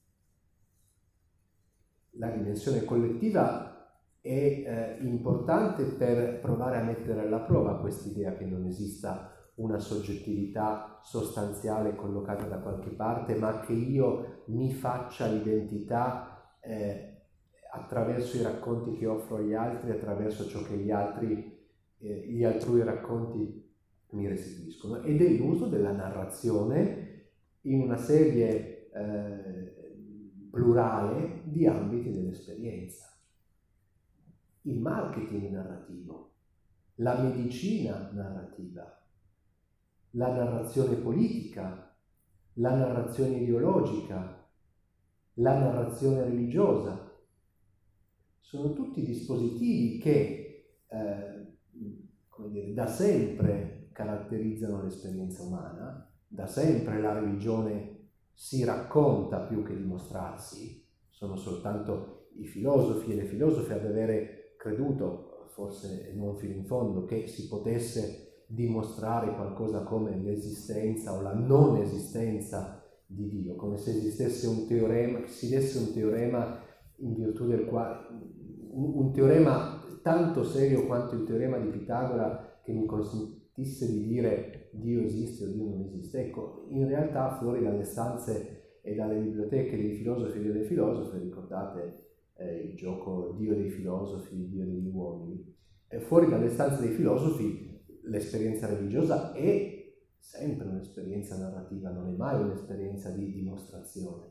Speaker 2: La dimensione collettiva è eh, importante per provare a mettere alla prova quest'idea che non esista una soggettività sostanziale collocata da qualche parte, ma che io mi faccia l'identità eh, attraverso i racconti che offro agli altri, attraverso ciò che gli altri, eh, gli altrui racconti mi restituiscono. Ed è l'uso della narrazione in una serie eh, plurale di ambiti dell'esperienza. Il marketing narrativo, la medicina narrativa, la narrazione politica, la narrazione ideologica, la narrazione religiosa. Sono tutti dispositivi che eh, come dire, da sempre caratterizzano l'esperienza umana, da sempre la religione si racconta più che dimostrarsi. Sono soltanto i filosofi e le filosofe ad avere creduto, forse non fino in fondo, che si potesse dimostrare qualcosa come l'esistenza o la non esistenza di Dio, come se esistesse un teorema, che si desse un teorema in virtù del quale, un, un teorema tanto serio quanto il teorema di Pitagora che mi consentisse di dire Dio esiste o Dio non esiste. Ecco, in realtà fuori dalle stanze e dalle biblioteche dei filosofi e delle filosofe, ricordate eh, il gioco Dio dei filosofi, Dio degli uomini, e fuori dalle stanze dei filosofi l'esperienza religiosa è sempre un'esperienza narrativa, non è mai un'esperienza di dimostrazione.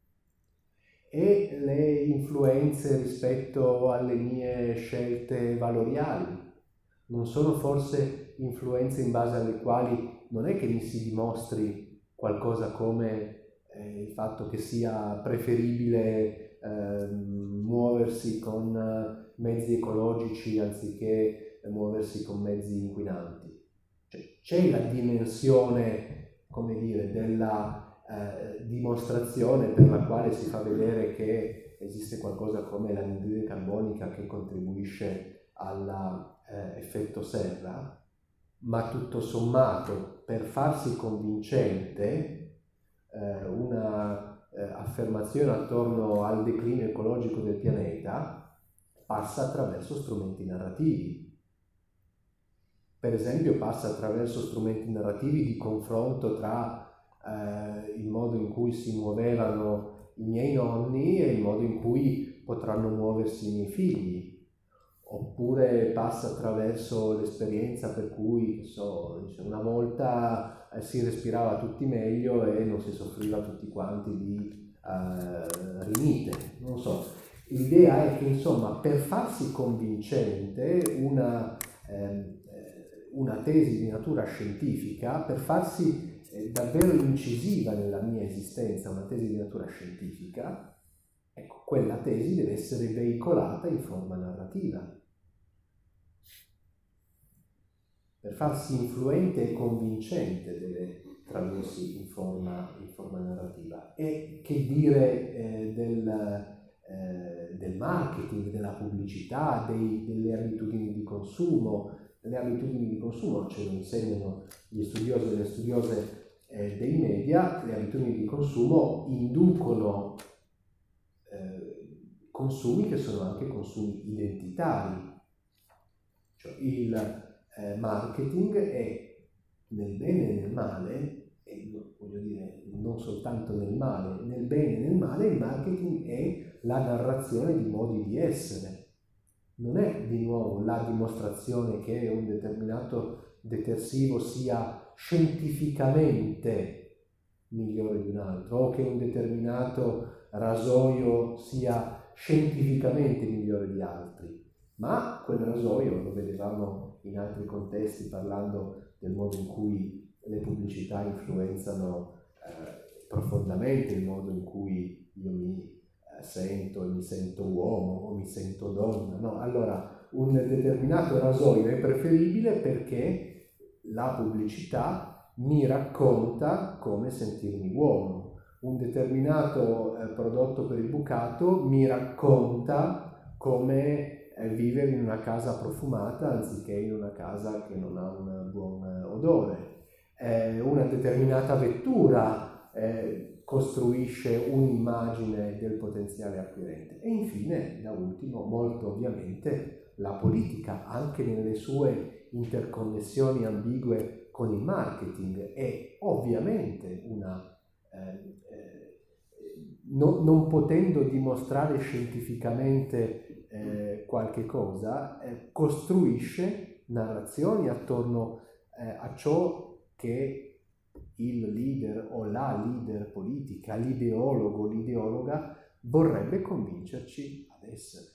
Speaker 2: E le influenze rispetto alle mie scelte valoriali non sono forse influenze in base alle quali non è che mi si dimostri qualcosa come eh, il fatto che sia preferibile eh, muoversi con mezzi ecologici anziché muoversi con mezzi inquinanti. Cioè, c'è la dimensione, come dire, della eh, dimostrazione per la quale si fa vedere che esiste qualcosa come l'anidride carbonica che contribuisce all'effetto eh, serra, ma tutto sommato per farsi convincente eh, una eh, affermazione attorno al declino ecologico del pianeta passa attraverso strumenti narrativi. Per esempio passa attraverso strumenti narrativi di confronto tra eh, il modo in cui si muovevano i miei nonni e il modo in cui potranno muoversi i miei figli, oppure passa attraverso l'esperienza per cui, so, una volta eh, si respirava tutti meglio e non si soffriva tutti quanti di eh, rinite, non so. L'idea è che insomma per farsi convincente una eh, una tesi di natura scientifica, per farsi eh, davvero incisiva nella mia esistenza una tesi di natura scientifica, ecco, quella tesi deve essere veicolata in forma narrativa. Per farsi influente e convincente deve tradursi in forma, in forma narrativa. E che dire eh, del, eh, del marketing, della pubblicità, dei, delle abitudini di consumo. Le abitudini di consumo ce lo insegnano gli studiosi e le studiose eh, dei media. Le abitudini di consumo inducono eh, consumi che sono anche consumi identitari. Cioè il eh, marketing è nel bene e nel male, e voglio dire, non soltanto nel male, nel bene e nel male, il marketing è la narrazione di modi di essere. Non è di nuovo la dimostrazione che un determinato detersivo sia scientificamente migliore di un altro, o che un determinato rasoio sia scientificamente migliore di altri, ma quel rasoio, lo vedevamo in altri contesti parlando del modo in cui le pubblicità influenzano eh, profondamente il modo in cui io mi eh, sento, e mi sento uomo o mi sento donna, no? Allora un determinato rasoio è preferibile perché la pubblicità mi racconta come sentirmi uomo. Un determinato eh, prodotto per il bucato mi racconta come eh, vivere in una casa profumata anziché in una casa che non ha un buon eh, odore. Eh, una determinata vettura eh, costruisce un'immagine del potenziale acquirente. E infine, da ultimo, molto ovviamente, la politica, anche nelle sue interconnessioni ambigue con il marketing, è ovviamente una... Eh, eh, no, non potendo dimostrare scientificamente eh, qualche cosa, eh, costruisce narrazioni attorno eh, a ciò che il leader o la leader politica, l'ideologo, l'ideologa vorrebbe convincerci ad essere.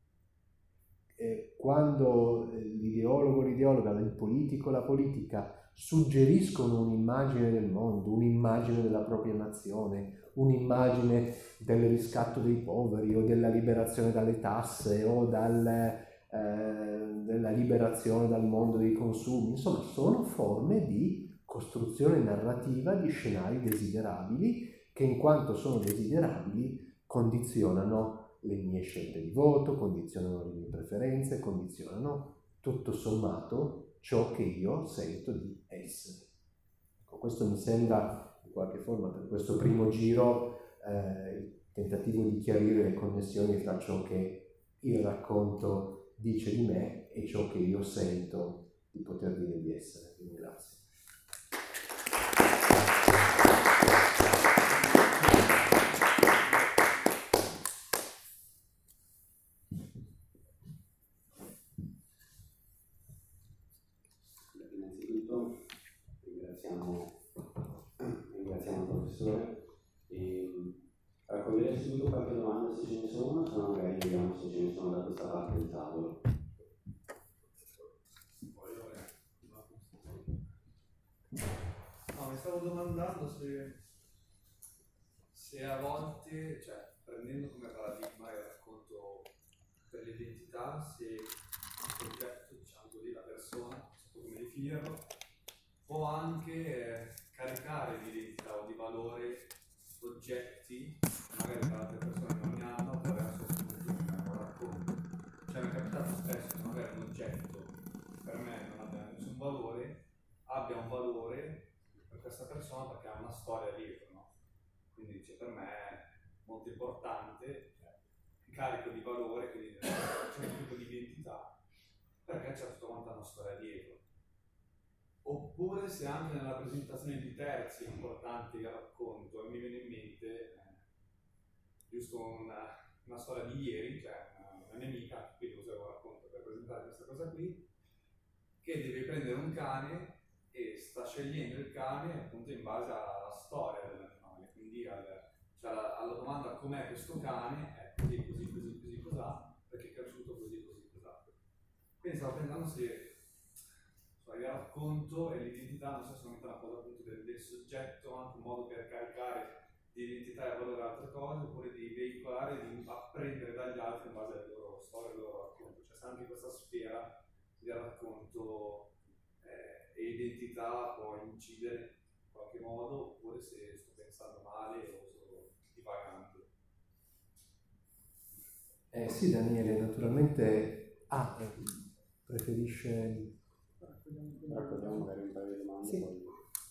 Speaker 2: E quando l'ideologo, l'ideologa, il politico, la politica suggeriscono un'immagine del mondo, un'immagine della propria nazione, un'immagine del riscatto dei poveri o della liberazione dalle tasse o dal, eh, della liberazione dal mondo dei consumi, insomma sono forme di costruzione narrativa di scenari desiderabili che in quanto sono desiderabili condizionano le mie scelte di voto, condizionano le mie preferenze, condizionano tutto sommato ciò che io sento di essere. Ecco, questo mi sembra in qualche forma per questo primo giro eh, il tentativo di chiarire le connessioni tra ciò che il racconto dice di me e ciò che io sento di poter dire di essere. Vi ringrazio.
Speaker 3: Innanzitutto ringraziamo, ringraziamo il professore e raccoglierei subito qualche domanda se ce ne sono, se no magari vediamo se ce ne sono da questa parte del tavolo.
Speaker 4: No, mi stavo domandando se, se a volte, cioè prendendo come paradigma il racconto per l'identità, se il soggetto, diciamo così, la persona, non so come definirlo, può anche eh, caricare di identità o di valore soggetti, magari per altre persone non ne hanno, attraverso un racconto. Cioè mi è capitato spesso che magari un oggetto per me non abbia nessun valore, abbia un valore per questa persona perché ha una storia dietro, no? Quindi dice, per me è molto importante, cioè, carico di valore, quindi c'è un tipo di identità, perché c'è tutta quanta una storia dietro. Oppure se anche nella presentazione di terzi importanti del racconto, e mi viene in mente eh, giusto una, una storia di ieri, cioè una, una mia amica, quindi uso il racconto per presentare questa cosa qui, che deve prendere un cane e sta scegliendo il cane appunto in base alla storia dell'animale, quindi al, cioè alla, alla domanda com'è questo cane, è così, così, così, così, cos'ha, perché è cresciuto così, così, cos'ha. Quindi stavo pensando se il racconto e l'identità non so se una cosa appunto del, del soggetto, anche un modo per caricare di identità e valore altre cose, oppure di veicolare, di apprendere dagli altri in base alle loro storie, al loro racconto. Cioè se anche questa sfera del racconto eh, e identità può incidere in qualche modo, oppure se sto pensando male o sto divagando.
Speaker 2: Eh sì, Daniele, naturalmente ah, eh, preferisce...
Speaker 3: Raccogliamo magari un paio di domande.
Speaker 2: Sì.
Speaker 3: Poi...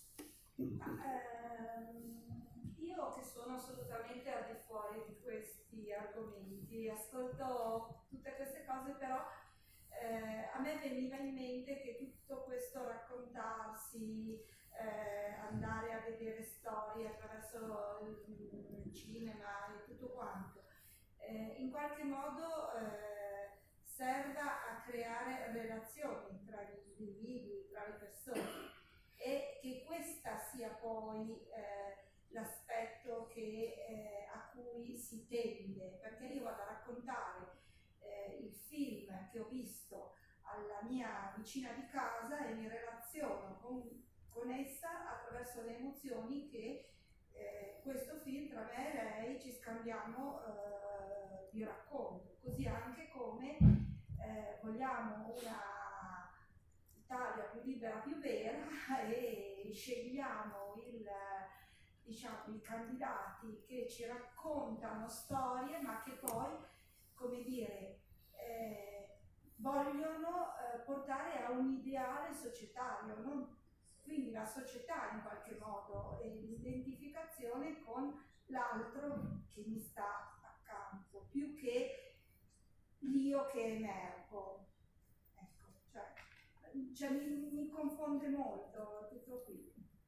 Speaker 5: Ehm, io che sono assolutamente al di fuori di questi argomenti, ascolto tutte queste cose, però eh, a me veniva in mente che tutto questo raccontarsi eh, andare a vedere storie attraverso il, il cinema e tutto quanto, eh, in qualche modo eh, serva a creare relazioni tra gli individui, tra le persone, e che questa sia poi eh, l'aspetto che, eh, a cui si tende, perché io vado a raccontare eh, il film che ho visto alla mia vicina di casa e mi relaziono con, con essa attraverso le emozioni che eh, questo film tra me e lei ci scambiamo eh, di racconto, così anche come eh, vogliamo una Italia più libera, più vera, e scegliamo il, diciamo, i candidati che ci raccontano storie ma che poi, come dire, eh, vogliono eh, portare a un ideale societario, non? Quindi la società in qualche modo e l'identificazione con l'altro che mi sta accanto, più che l'io che emergo. Ecco, cioè, cioè mi, mi confonde molto tutto qui.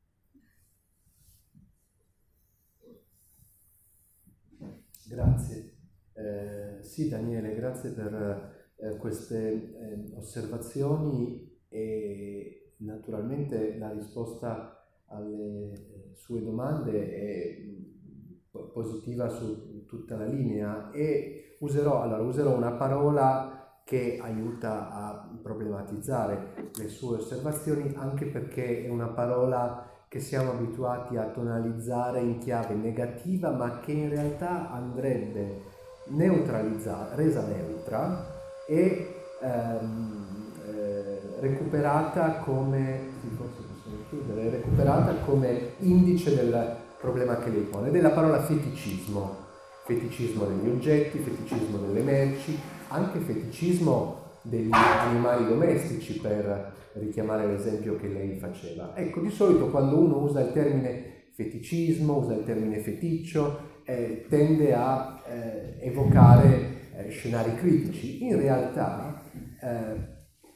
Speaker 2: Grazie. Eh, sì, Daniele, grazie per eh, queste eh, osservazioni e naturalmente la risposta alle sue domande è positiva su tutta la linea e userò, allora, userò una parola che aiuta a problematizzare le sue osservazioni, anche perché è una parola che siamo abituati a tonalizzare in chiave negativa, ma che in realtà andrebbe neutralizzata, resa neutra e ehm, eh, recuperata come, sì, forse possiamo chiudere, recuperata come indice del problema che lei pone, ed è la parola feticismo. Feticismo degli oggetti, feticismo delle merci, anche feticismo degli animali domestici, per richiamare l'esempio che lei faceva. Ecco, di solito quando uno usa il termine feticismo, usa il termine feticcio, eh, tende a eh, evocare eh, scenari critici. In realtà, eh,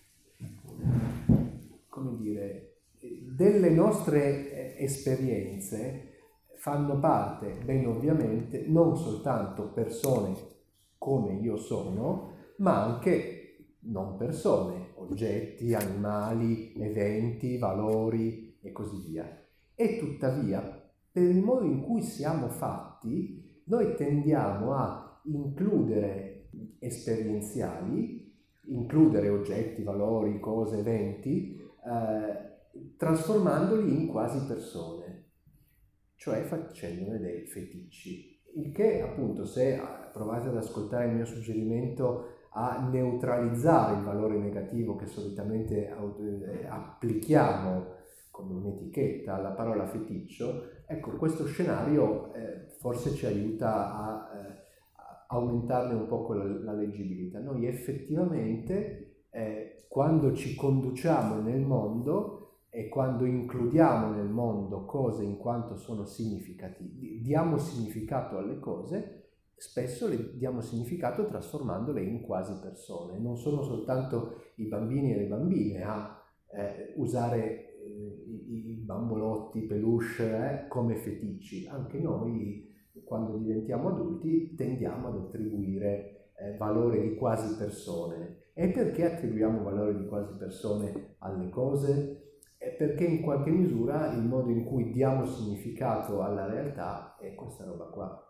Speaker 2: come dire, delle nostre eh, esperienze fanno parte, ben ovviamente, non soltanto persone come io sono, ma anche non persone, oggetti, animali, eventi, valori e così via. E tuttavia, per il modo in cui siamo fatti, noi tendiamo a includere esperienziali, includere oggetti, valori, cose, eventi, eh, trasformandoli in quasi persone, cioè facendone dei feticci. Il che, appunto, se provate ad ascoltare il mio suggerimento a neutralizzare il valore negativo che solitamente applichiamo come un'etichetta alla parola feticcio, ecco, questo scenario eh, forse ci aiuta a, eh, a aumentarne un poco la, la leggibilità. Noi effettivamente eh, quando ci conduciamo nel mondo e quando includiamo nel mondo cose in quanto sono significativi, diamo significato alle cose, spesso le diamo significato trasformandole in quasi persone. Non sono soltanto i bambini e le bambine a eh, usare eh, i, i bambolotti, i peluche eh, come feticci. Anche noi, quando diventiamo adulti, tendiamo ad attribuire eh, valore di quasi persone. E perché attribuiamo valore di quasi persone alle cose? È perché in qualche misura il modo in cui diamo significato alla realtà è questa roba qua.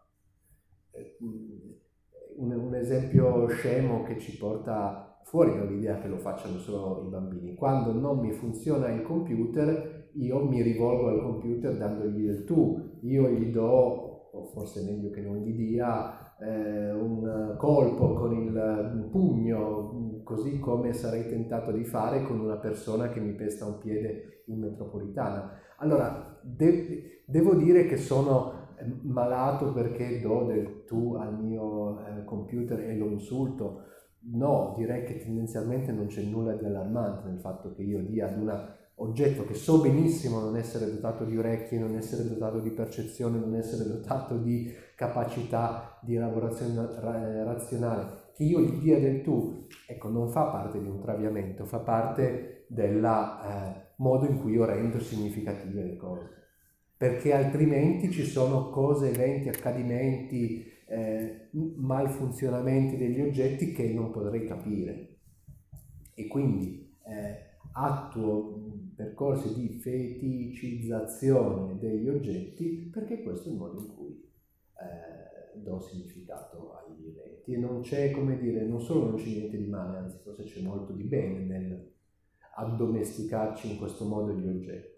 Speaker 2: Un, un esempio scemo che ci porta fuori dall'idea che lo facciano solo i bambini. Quando non mi funziona il computer, io mi rivolgo al computer dandogli del tu. Io gli do, o forse è meglio che non gli dia, eh, un colpo con il pugno, così come sarei tentato di fare con una persona che mi pesta un piede in metropolitana. Allora, de- devo dire che sono malato perché do del tu al mio eh, computer e lo insulto? No, direi che tendenzialmente non c'è nulla di allarmante nel fatto che io dia ad un oggetto che so benissimo non essere dotato di orecchie, non essere dotato di percezione, non essere dotato di capacità di elaborazione ra- razionale, che io gli dia del tu, ecco, non fa parte di un traviamento, fa parte della, eh, modo in cui io rendo significative le cose, perché altrimenti ci sono cose, eventi, accadimenti, eh, malfunzionamenti degli oggetti che non potrei capire, e quindi eh, attuo percorsi di feticizzazione degli oggetti, perché questo è il modo in cui eh, do significato agli eventi, e non c'è, come dire, non solo non c'è niente di male, anzi forse c'è molto di bene nel addomesticarci in questo modo gli oggetti.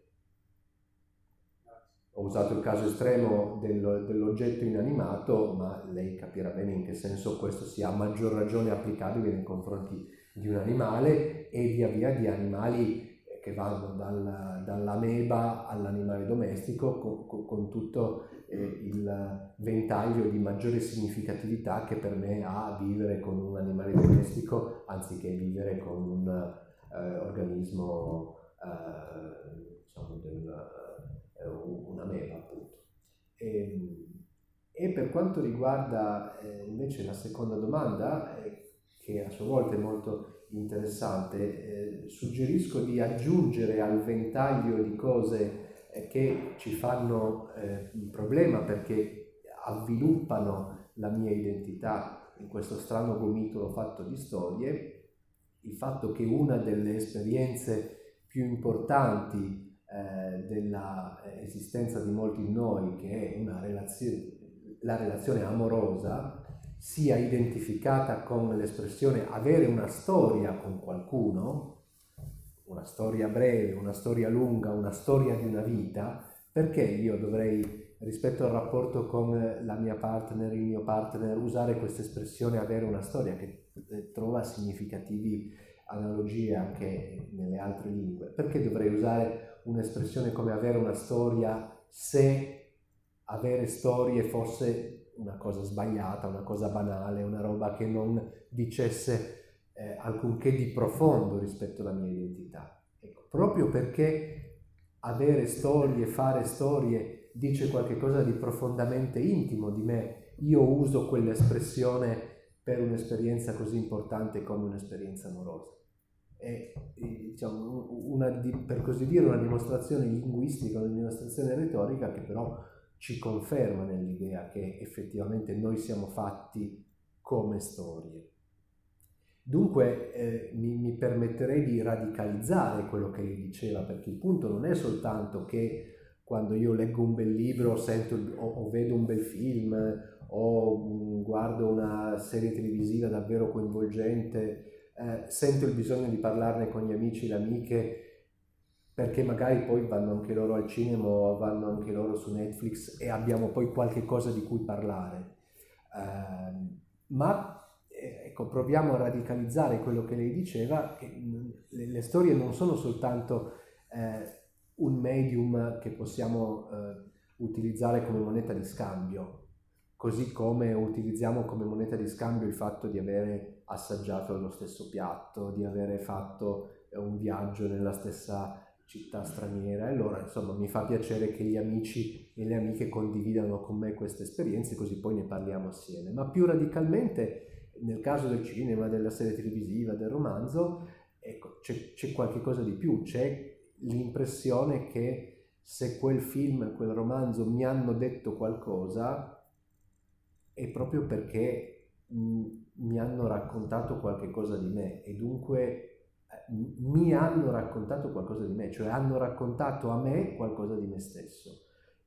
Speaker 2: Ho usato il caso estremo del, dell'oggetto inanimato, ma lei capirà bene in che senso questo sia a maggior ragione applicabile nei confronti di un animale, e via via di animali che vanno dal, dall'ameba all'animale domestico, con, con, con tutto eh, il ventaglio di maggiore significatività che per me ha vivere con un animale domestico anziché vivere con un eh, organismo eh, diciamo del, eh, un'ameba, appunto. E, e per quanto riguarda eh, invece la seconda domanda, eh, che a sua volta è molto interessante, eh, suggerisco di aggiungere al ventaglio di cose eh, che ci fanno eh, un problema perché avviluppano la mia identità in questo strano gomitolo fatto di storie, il fatto che una delle esperienze più importanti eh, della esistenza di molti di noi, che è una relazione, la relazione amorosa, sia identificata con l'espressione avere una storia con qualcuno, una storia breve, una storia lunga, una storia di una vita. Perché io dovrei, rispetto al rapporto con la mia partner, il mio partner, usare questa espressione avere una storia, che trova significativi analogie anche nelle altre lingue? Perché dovrei usare un'espressione come avere una storia se avere storie fosse una cosa sbagliata, una cosa banale, una roba che non dicesse eh, alcunché di profondo rispetto alla mia identità? Ecco, proprio perché avere storie, fare storie dice qualche cosa di profondamente intimo di me, io uso quell'espressione per un'esperienza così importante come un'esperienza amorosa. È, diciamo, una, per così dire, una dimostrazione linguistica, una dimostrazione retorica che però ci conferma nell'idea che effettivamente noi siamo fatti come storie. Dunque eh, mi, mi permetterei di radicalizzare quello che lei diceva, perché il punto non è soltanto che quando io leggo un bel libro sento, o, o vedo un bel film o mh, guardo una serie televisiva davvero coinvolgente, eh, sento il bisogno di parlarne con gli amici e le amiche, perché magari poi vanno anche loro al cinema o vanno anche loro su Netflix e abbiamo poi qualche cosa di cui parlare. Eh, ma ecco, proviamo a radicalizzare quello che lei diceva, che le, le storie non sono soltanto eh, un medium che possiamo eh, utilizzare come moneta di scambio, così come utilizziamo come moneta di scambio il fatto di avere assaggiato lo stesso piatto, di avere fatto eh, un viaggio nella stessa città straniera. E allora, insomma, mi fa piacere che gli amici e le amiche condividano con me queste esperienze, così poi ne parliamo assieme. Ma più radicalmente, nel caso del cinema, della serie televisiva, del romanzo, ecco, c'è, c'è qualche cosa di più, c'è l'impressione che se quel film, quel romanzo mi hanno detto qualcosa, è proprio perché mh, mi hanno raccontato qualche cosa di me, e dunque mi hanno raccontato qualcosa di me, cioè hanno raccontato a me qualcosa di me stesso.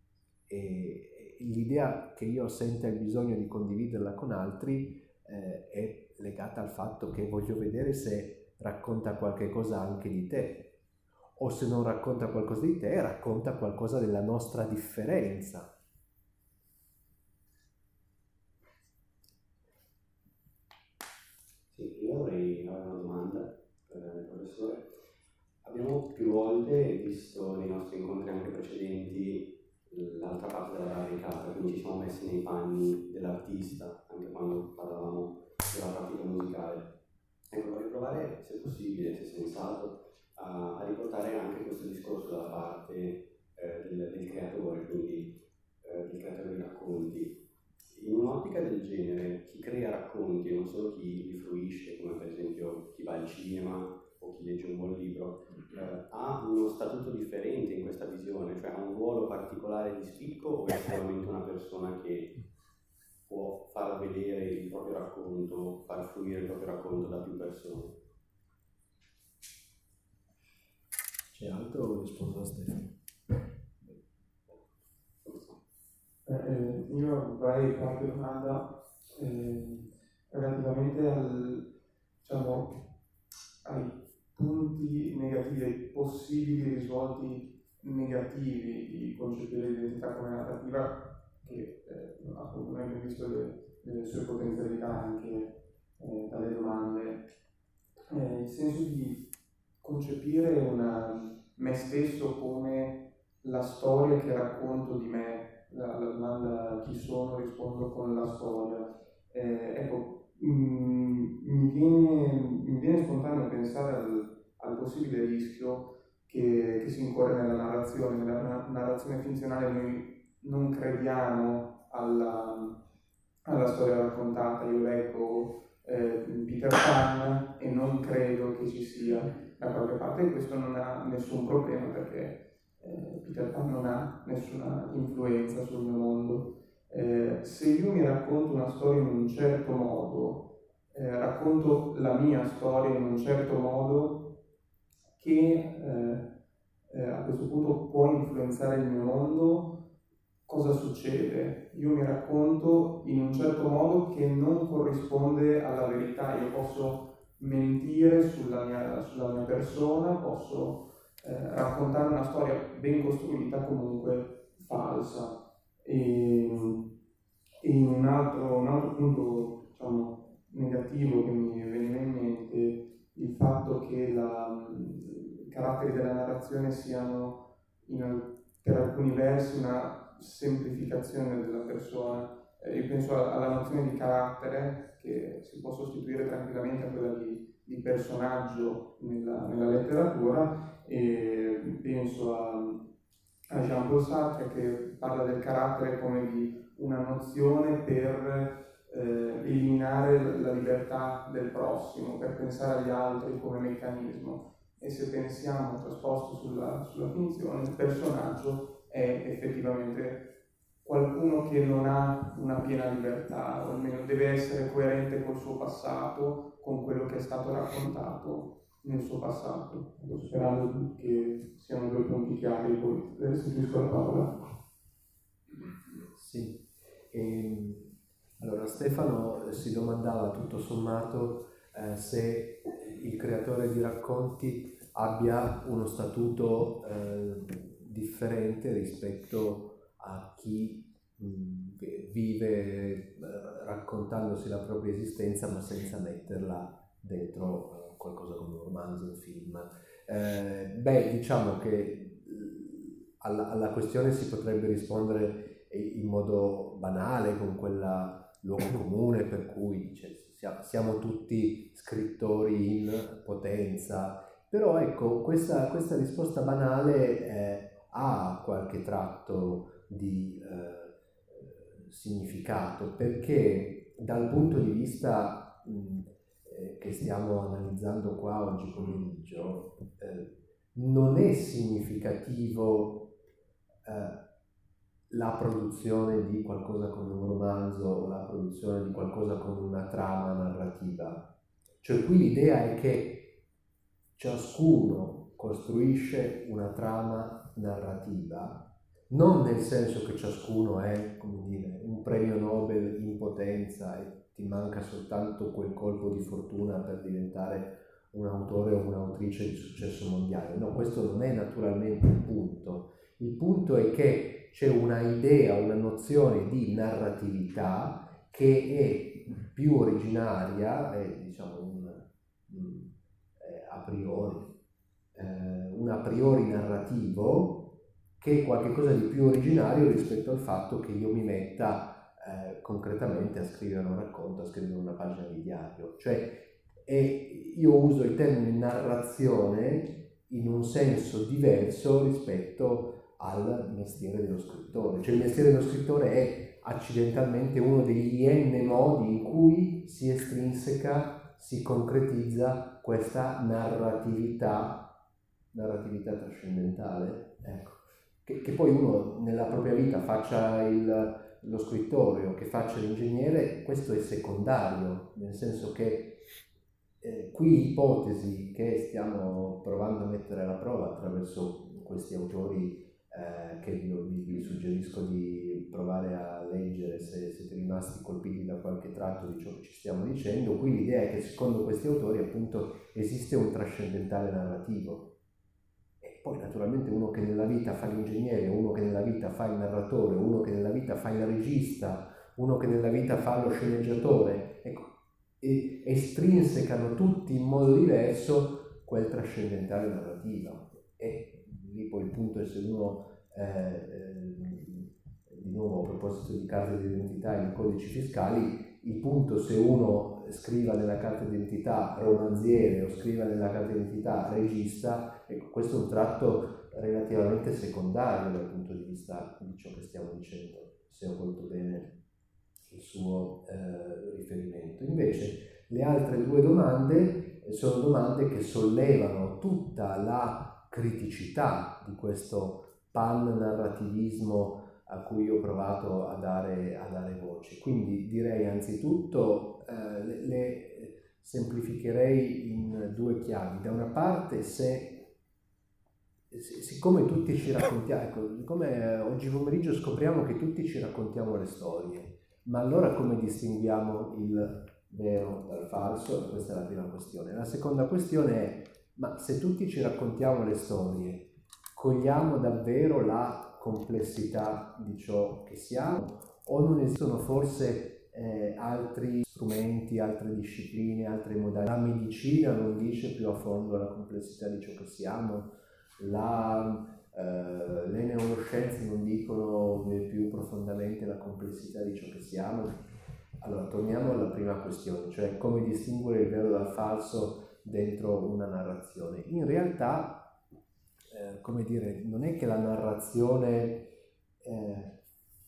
Speaker 2: E l'idea che io senta il bisogno di condividerla con altri eh, è legata al fatto che voglio vedere se racconta qualche cosa anche di te, o se non racconta qualcosa di te, racconta qualcosa della nostra differenza.
Speaker 3: Sì, io avrei una domanda per il professore. Abbiamo più volte visto nei nostri incontri anche precedenti l'altra parte della barricata, quindi ci siamo messi nei panni dell'artista, anche quando parlavamo della pratica musicale. Ecco, vorrei provare, se possibile, se sensato, a, a riportare anche questo discorso dalla parte eh, del, del creatore, quindi eh, del creatore di racconti. In un'ottica del genere, chi crea racconti, non solo chi li fruisce, come per esempio chi va al cinema o chi legge un buon libro, eh, ha uno statuto differente in questa visione, cioè ha un ruolo particolare di spicco o è solamente una persona che può far vedere il proprio racconto, far fluire il proprio racconto da più persone?
Speaker 2: C'è altro o rispondo a Stefano?
Speaker 6: Eh, io avrei qualche domanda eh, relativamente al, diciamo, ai punti negativi, ai possibili risvolti negativi di concepire l'identità come narrativa, che eh, appunto noi abbiamo visto le, le sue potenzialità anche eh, dalle domande. Eh, il senso di concepire una, me stesso come la storia che racconto di me. La, la domanda chi sono rispondo con la storia. Eh, ecco, mh, mi, viene, mi viene spontaneo pensare al, al possibile rischio che, che si incorre nella narrazione. Nella narrazione finzionale noi non crediamo alla, alla storia raccontata. Io leggo eh, Peter Pan e non credo che ci sia da qualche parte, e questo non ha nessun problema perché Eh, Peter Pan non ha nessuna influenza sul mio mondo. Eh, se io mi racconto una storia in un certo modo, eh, racconto la mia storia in un certo modo che eh, eh, a questo punto può influenzare il mio mondo, cosa succede? Io mi racconto in un certo modo che non corrisponde alla verità. Io posso mentire sulla mia, sulla mia persona, posso Eh, raccontare una storia ben costruita comunque falsa. E, e un, altro, un altro punto, diciamo, negativo che mi veniva in mente, il fatto che la, i caratteri della narrazione siano in, per alcuni versi una semplificazione della persona. Eh, io penso alla nozione di carattere, che si può sostituire tranquillamente a quella di, di personaggio nella, nella letteratura, e penso a, a Jean-Paul Sartre, che parla del carattere come di una nozione per eh, eliminare la libertà del prossimo, per pensare agli altri come meccanismo. E se pensiamo trasposto sulla, sulla finzione, il personaggio è effettivamente qualcuno che non ha una piena libertà, o almeno deve essere coerente col suo passato, con quello che è stato raccontato nel suo passato. Sperando che siano due punti chiari, poi restituisco la parola.
Speaker 2: Sì. E, allora Stefano si domandava tutto sommato eh, se il creatore di racconti abbia uno statuto eh, differente rispetto a chi mh, vive eh, raccontandosi la propria esistenza ma senza metterla dentro eh, qualcosa come un romanzo, un film. Eh, beh, diciamo che alla, alla questione si potrebbe rispondere in modo banale, con quella luogo comune per cui cioè, siamo tutti scrittori in potenza, però ecco, questa, questa risposta banale eh, ha qualche tratto di eh, significato, perché dal punto di vista mh, eh, che stiamo analizzando qua oggi pomeriggio, eh, non è significativo eh, la produzione di qualcosa come un romanzo o la produzione di qualcosa come una trama narrativa. Cioè qui l'idea è che ciascuno costruisce una trama narrativa, non nel senso che ciascuno è, come dire, un premio Nobel in potenza e ti manca soltanto quel colpo di fortuna per diventare un autore o un'autrice di successo mondiale. No, questo non è naturalmente il punto. Il punto è che c'è una idea, una nozione di narratività che è più originaria, è diciamo un, un eh, a priori, eh, un a priori narrativo, che è qualcosa di più originario rispetto al fatto che io mi metta eh, concretamente a scrivere un racconto, a scrivere una pagina di diario. Cioè, e io uso il termine narrazione in un senso diverso rispetto al mestiere dello scrittore. Cioè il mestiere dello scrittore è accidentalmente uno degli n modi in cui si estrinseca, si concretizza questa narratività, narratività trascendentale, ecco, che, che poi uno nella propria vita faccia il, lo scrittore o che faccia l'ingegnere, questo è secondario, nel senso che eh, qui l'ipotesi che stiamo provando a mettere alla prova attraverso questi autori eh, che vi, vi suggerisco di provare a leggere se siete rimasti colpiti da qualche tratto di ciò che ci stiamo dicendo, qui l'idea è che secondo questi autori appunto esiste un trascendentale narrativo. E poi naturalmente uno che nella vita fa l'ingegnere, uno che nella vita fa il narratore, uno che nella vita fa il regista, uno che nella vita fa lo sceneggiatore, ecco, e estrinsecano tutti in modo diverso quel trascendentale narrativo. E lì poi il punto è se uno, eh, eh, di nuovo a proposito di carte d'identità e di codici fiscali, il punto se uno scriva nella carta d'identità romanziere o scriva nella carta d'identità regista, ecco, questo è un tratto relativamente secondario dal punto di vista di ciò che stiamo dicendo, se ho colto bene il suo eh, riferimento. Invece le altre due domande sono domande che sollevano tutta la criticità di questo pan-narrativismo a cui ho provato a dare, a dare voce. Quindi direi anzitutto eh, le, le semplificherei in due chiavi. Da una parte, se siccome tutti ci raccontiamo, ecco, siccome oggi pomeriggio scopriamo che tutti ci raccontiamo le storie, ma allora come distinguiamo il vero dal falso? Questa è la prima questione. La seconda questione è, ma se tutti ci raccontiamo le storie, cogliamo davvero la complessità di ciò che siamo? O non esistono forse eh, altri strumenti, altre discipline, altre modalità? La medicina non dice più a fondo la complessità di ciò che siamo? La... Uh, le neuroscienze non dicono più profondamente la complessità di ciò che siamo. Allora torniamo alla prima questione, cioè come distinguere il vero dal falso dentro una narrazione. In realtà, eh, come dire, non è che la narrazione eh,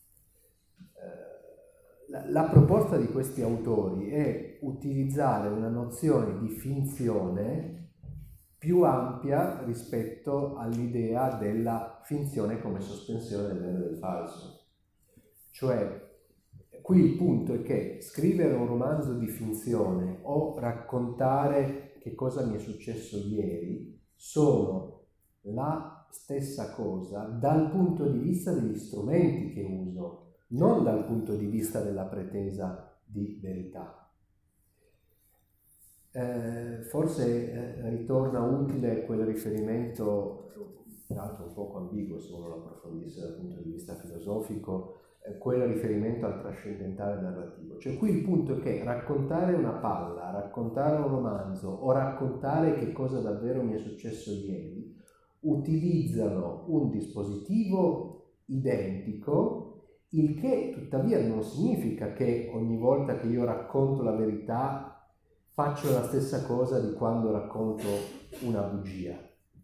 Speaker 2: eh, la, la proposta di questi autori è utilizzare una nozione di finzione più ampia rispetto all'idea della finzione come sospensione del vero e del falso. Cioè, qui il punto è che scrivere un romanzo di finzione o raccontare che cosa mi è successo ieri sono la stessa cosa dal punto di vista degli strumenti che uso, non dal punto di vista della pretesa di verità. Eh, forse eh, ritorna utile quel riferimento, tra l'altro un poco ambiguo se uno lo approfondisse dal punto di vista filosofico, eh, quel riferimento al trascendentale narrativo. Cioè qui il punto è che raccontare una palla, raccontare un romanzo o raccontare che cosa davvero mi è successo ieri utilizzano un dispositivo identico, il che tuttavia non significa che ogni volta che io racconto la verità faccio la stessa cosa di quando racconto una bugia.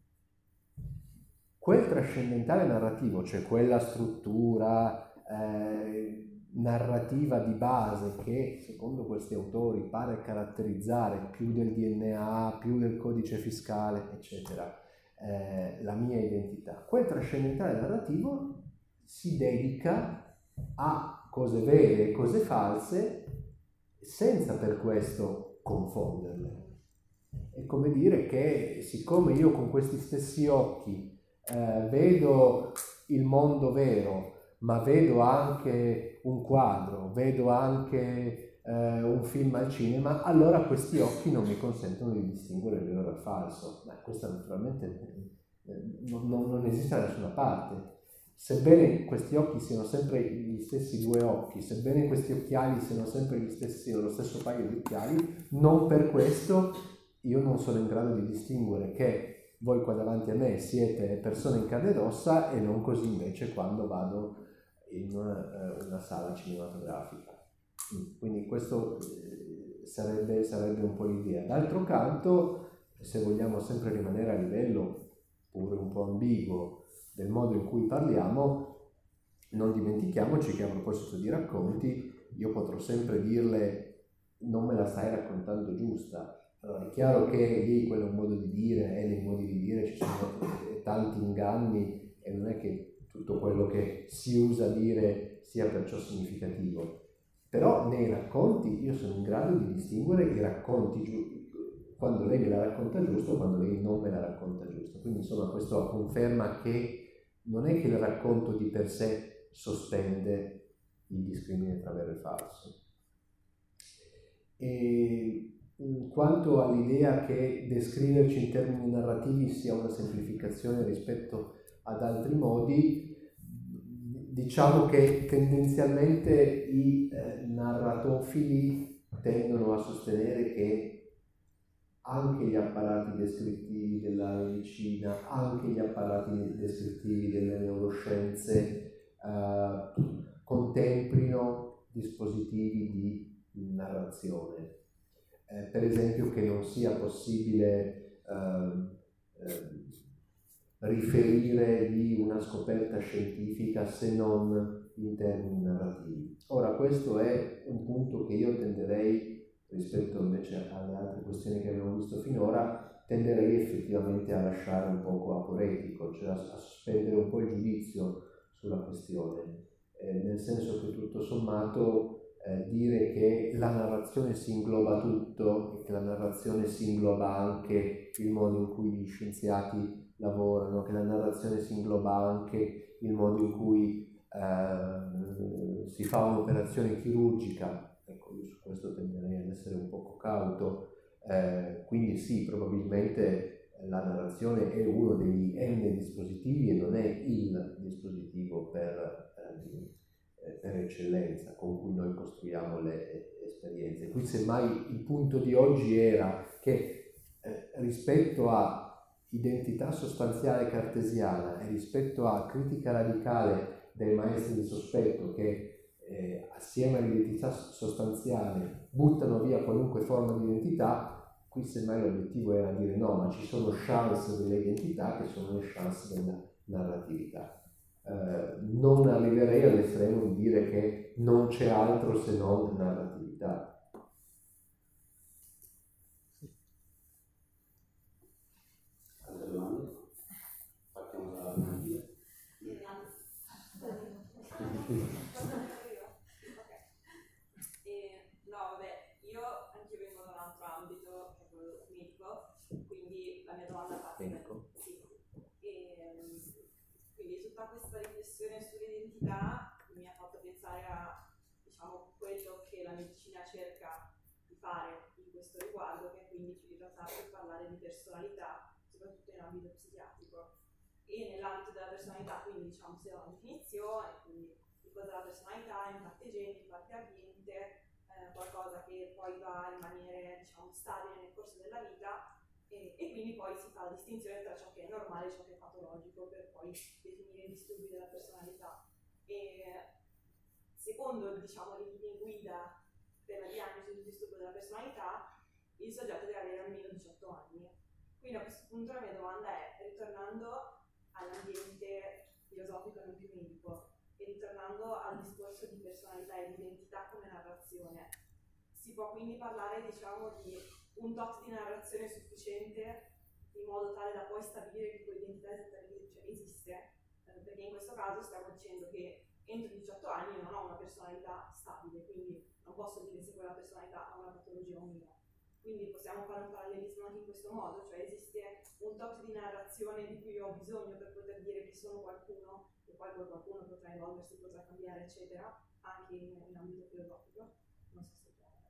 Speaker 2: Quel trascendentale narrativo, cioè quella struttura eh, narrativa di base che, secondo questi autori, pare caratterizzare più del D N A, più del codice fiscale, eccetera, eh, la mia identità. Quel trascendentale narrativo si dedica a cose vere e cose false, senza per questo confonderle. È come dire che siccome io con questi stessi occhi eh, vedo il mondo vero, ma vedo anche un quadro, vedo anche eh, un film al cinema, allora questi occhi non mi consentono di distinguere il vero dal falso. Ma questo naturalmente eh, non, non esiste da nessuna parte. Sebbene questi occhi siano sempre gli stessi due occhi, sebbene questi occhiali siano sempre gli stessi o lo stesso paio di occhiali, non per questo io non sono in grado di distinguere che voi qua davanti a me siete persone in carne ed ossa e non così invece quando vado in una, una sala cinematografica. Quindi questo sarebbe, sarebbe un po' l'idea. D'altro canto, se vogliamo sempre rimanere a livello pure un po' ambiguo del modo in cui parliamo, non dimentichiamoci che a proposito di racconti io potrò sempre dirle non me la stai raccontando giusta. Allora è chiaro che lì quello è un modo di dire, e nei modi di dire ci sono tanti inganni e non è che tutto quello che si usa dire sia perciò significativo. Però nei racconti io sono in grado di distinguere i racconti giusti, quando lei me la racconta giusto, quando lei non me la racconta giusto. Quindi insomma questo conferma che non è che il racconto di per sé sospende il discrimine tra vero e falso. E quanto all'idea che descriverci in termini narrativi sia una semplificazione rispetto ad altri modi, diciamo che tendenzialmente i eh, narratofili tendono a sostenere che anche gli apparati descrittivi della medicina, anche gli apparati descrittivi delle neuroscienze eh, contemplino dispositivi di narrazione. Eh, per esempio che non sia possibile eh, eh, riferire di una scoperta scientifica se non in termini narrativi. Ora questo è un punto che io tenderei, rispetto invece alle altre questioni che abbiamo visto finora, tenderei effettivamente a lasciare un poco aporetico, cioè a, a sospendere un po' il giudizio sulla questione, eh, nel senso che tutto sommato Eh, dire che la narrazione si ingloba tutto e che la narrazione si ingloba anche il modo in cui gli scienziati lavorano, che la narrazione si ingloba anche il modo in cui eh, si fa un'operazione chirurgica. Ecco, io su questo tenderei ad essere un poco cauto, eh, quindi sì, probabilmente la narrazione è uno degli N dispositivi e non è il dispositivo per eh, per eccellenza con cui noi costruiamo le esperienze. Qui semmai il punto di oggi era che eh, rispetto a identità sostanziale cartesiana e rispetto a critica radicale dei maestri del sospetto che eh, assieme all'identità sostanziale buttano via qualunque forma di identità, qui semmai l'obiettivo era dire no, ma ci sono chance delle identità che sono le chance della narratività. Uh, non arriverei all'estremo di dire che non c'è altro se non narratività.
Speaker 3: Altre domande? Partiamo dalla domanda.
Speaker 7: No, vabbè, io anche vengo da un altro ambito, che è quello medico, quindi la mia domanda parte
Speaker 2: Ecco.
Speaker 7: Sì. E, quindi tutta questa riflessione sull'identità mi ha fatto pensare a, diciamo, quello che la medicina cerca di fare in questo riguardo, che è quindi più in realtà per parlare di personalità, soprattutto in ambito psichiatrico. E nell'ambito della personalità, quindi diciamo si dà una definizione, quindi di cosa è la personalità, in parte gene, in parte ambiente, eh, qualcosa che poi va a rimanere, diciamo, stabile nel corso della vita. E, e quindi poi si fa la distinzione tra ciò che è normale e ciò che è patologico per poi definire i disturbi della personalità. E secondo, diciamo, le linee guida per la diagnosi del disturbo della personalità, il soggetto deve avere almeno diciotto anni. Quindi a questo punto la mia domanda è, ritornando all'ambiente filosofico e non più medico, e ritornando al discorso di personalità e di identità come narrazione, si può quindi parlare, diciamo, di un tot di narrazione sufficiente in modo tale da poi stabilire che quell'identità cioè, esiste, eh, perché in questo caso stiamo dicendo che entro i diciotto anni non ho una personalità stabile, quindi non posso dire se quella personalità ha una patologia o meno. Quindi possiamo fare un parallelismo anche in questo modo, cioè esiste un tot di narrazione di cui ho bisogno per poter dire che sono qualcuno, e poi quel qualcuno potrà evolversi, potrà cambiare, eccetera, anche in, in ambito filosofico. Non so se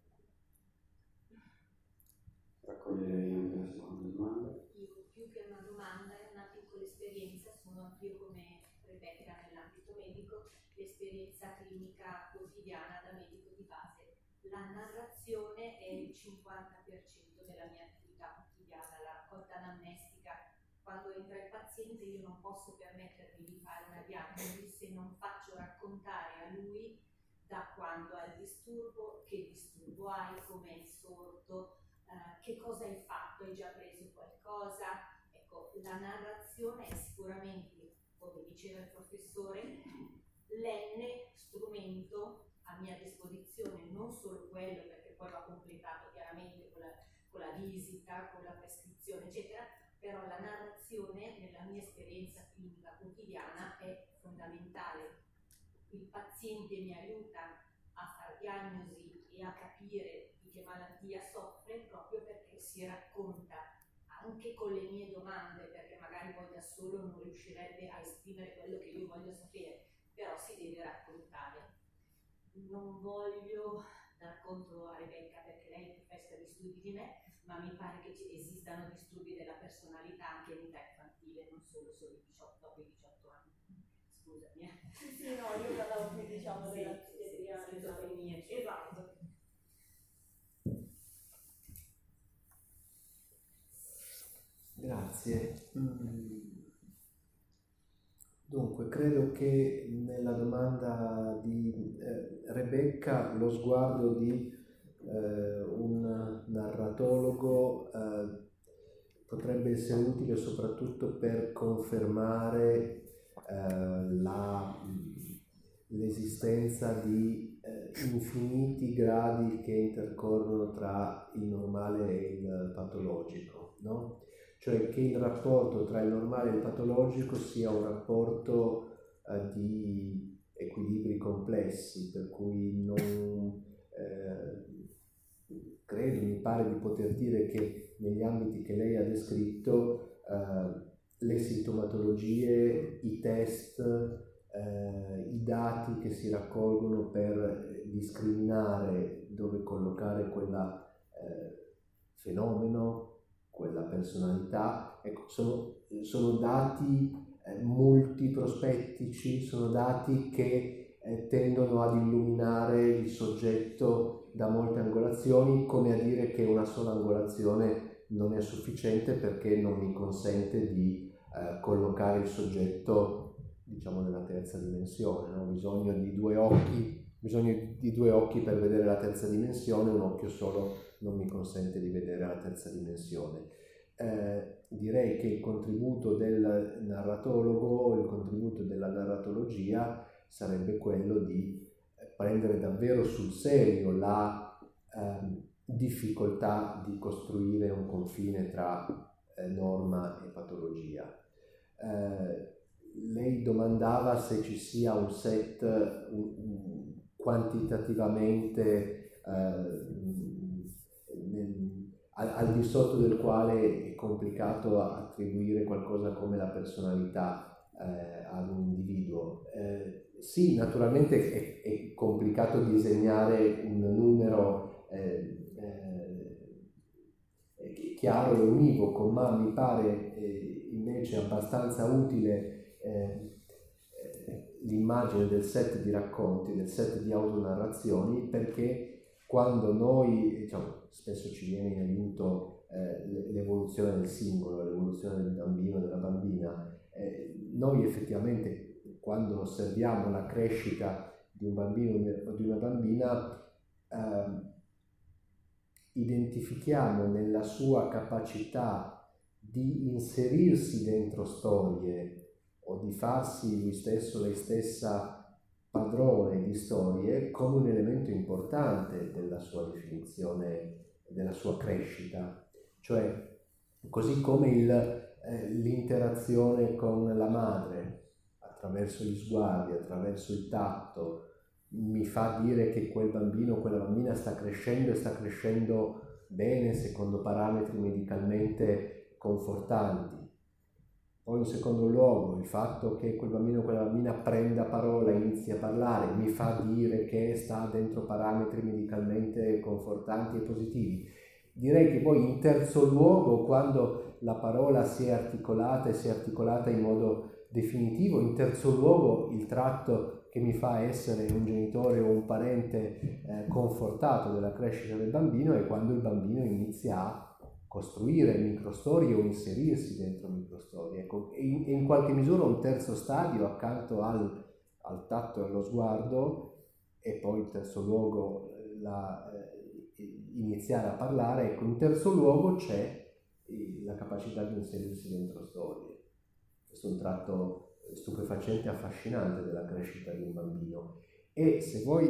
Speaker 3: Raccoglierei anche la seconda domanda.
Speaker 8: Io più che una domanda è una piccola esperienza, sono anch'io come Rebecca nell'ambito medico, l'esperienza clinica quotidiana da medico di base. La narrazione è il cinquanta per cento della mia attività quotidiana, la raccolta anamnestica. Quando entra il paziente io non posso permettermi di fare una diagnosi se non faccio raccontare a lui da quando ha il disturbo, che disturbo hai, come è sorto, Uh, che cosa hai fatto, hai già preso qualcosa. Ecco, la narrazione è sicuramente, come diceva il professore, l'N strumento a mia disposizione, non solo quello, perché poi va completato chiaramente con la, con la visita, con la prescrizione, eccetera, però la narrazione nella mia esperienza clinica quotidiana è fondamentale. Il paziente mi aiuta a fare diagnosi e a capire di che malattia soffre proprio perché si racconta anche con le mie domande, perché magari poi da solo non riuscirebbe a esprimere quello che io voglio sapere, però si deve raccontare. Non voglio dar conto a Rebecca perché lei è più fresca di studi di me, ma mi pare che ci esistano disturbi della personalità anche in età infantile, non solo solo i diciotto, dopo i diciotto anni. Scusami. Eh.
Speaker 7: Sì, sì, no, io parlavo più diciamo
Speaker 8: Sì,
Speaker 7: della
Speaker 8: sì,
Speaker 7: psichiatria.
Speaker 8: schizofrenia, esatto.
Speaker 2: Grazie. Dunque, credo che nella domanda di eh, Rebecca lo sguardo di eh, un narratologo eh, potrebbe essere utile soprattutto per confermare eh, la, l'esistenza di eh, infiniti gradi che intercorrono tra il normale e il patologico, no? Cioè che il rapporto tra il normale e il patologico sia un rapporto eh, di equilibri complessi, per cui non eh, credo, mi pare di poter dire che negli ambiti che lei ha descritto eh, le sintomatologie, i test, eh, i dati che si raccolgono per discriminare dove collocare quella eh, fenomeno, quella personalità, ecco, sono, sono dati eh, multiprospettici, sono dati che eh, tendono ad illuminare il soggetto da molte angolazioni, come a dire che una sola angolazione non è sufficiente perché non mi consente di eh, collocare il soggetto, diciamo, nella terza dimensione, no? Ho bisogno di due occhi, bisogno di due occhi per vedere la terza dimensione, un occhio solo non mi consente di vedere la terza dimensione. Eh, direi che il contributo del narratologo, il contributo della narratologia sarebbe quello di prendere davvero sul serio la eh, difficoltà di costruire un confine tra eh, norma e patologia. Eh, lei domandava se ci sia un set un, un, quantitativamente eh, Al, al di sotto del quale è complicato attribuire qualcosa come la personalità eh, ad un individuo. Eh, sì, naturalmente è, è complicato disegnare un numero eh, eh, chiaro e univoco, ma mi pare eh, invece abbastanza utile eh, eh, l'immagine del set di racconti, del set di autonarrazioni, perché quando noi, diciamo, spesso ci viene in aiuto eh, l'evoluzione del singolo, l'evoluzione del bambino, della bambina, eh, noi effettivamente quando osserviamo la crescita di un bambino o di una bambina eh, identifichiamo nella sua capacità di inserirsi dentro storie o di farsi lui stesso, lei stessa padrone di storie come un elemento importante della sua definizione, della sua crescita. Cioè, così come il, eh, l'interazione con la madre attraverso gli sguardi, attraverso il tatto, mi fa dire che quel bambino o quella bambina sta crescendo e sta crescendo bene secondo parametri medicalmente confortanti. Poi in secondo luogo il fatto che quel bambino o quella bambina prenda parola e inizi a parlare mi fa dire che sta dentro parametri medicalmente confortanti e positivi. Direi che poi in terzo luogo, quando la parola si è articolata e si è articolata in modo definitivo, in terzo luogo il tratto che mi fa essere un genitore o un parente eh, confortato della crescita del bambino è quando il bambino inizia a costruire microstorie o inserirsi dentro microstorie. Ecco, e in, in qualche misura un terzo stadio accanto al, al tatto e allo sguardo, e poi in terzo luogo la, eh, iniziare a parlare, ecco, in terzo luogo c'è la capacità di inserirsi dentro storie. Questo è un tratto stupefacente e affascinante della crescita di un bambino. E se voi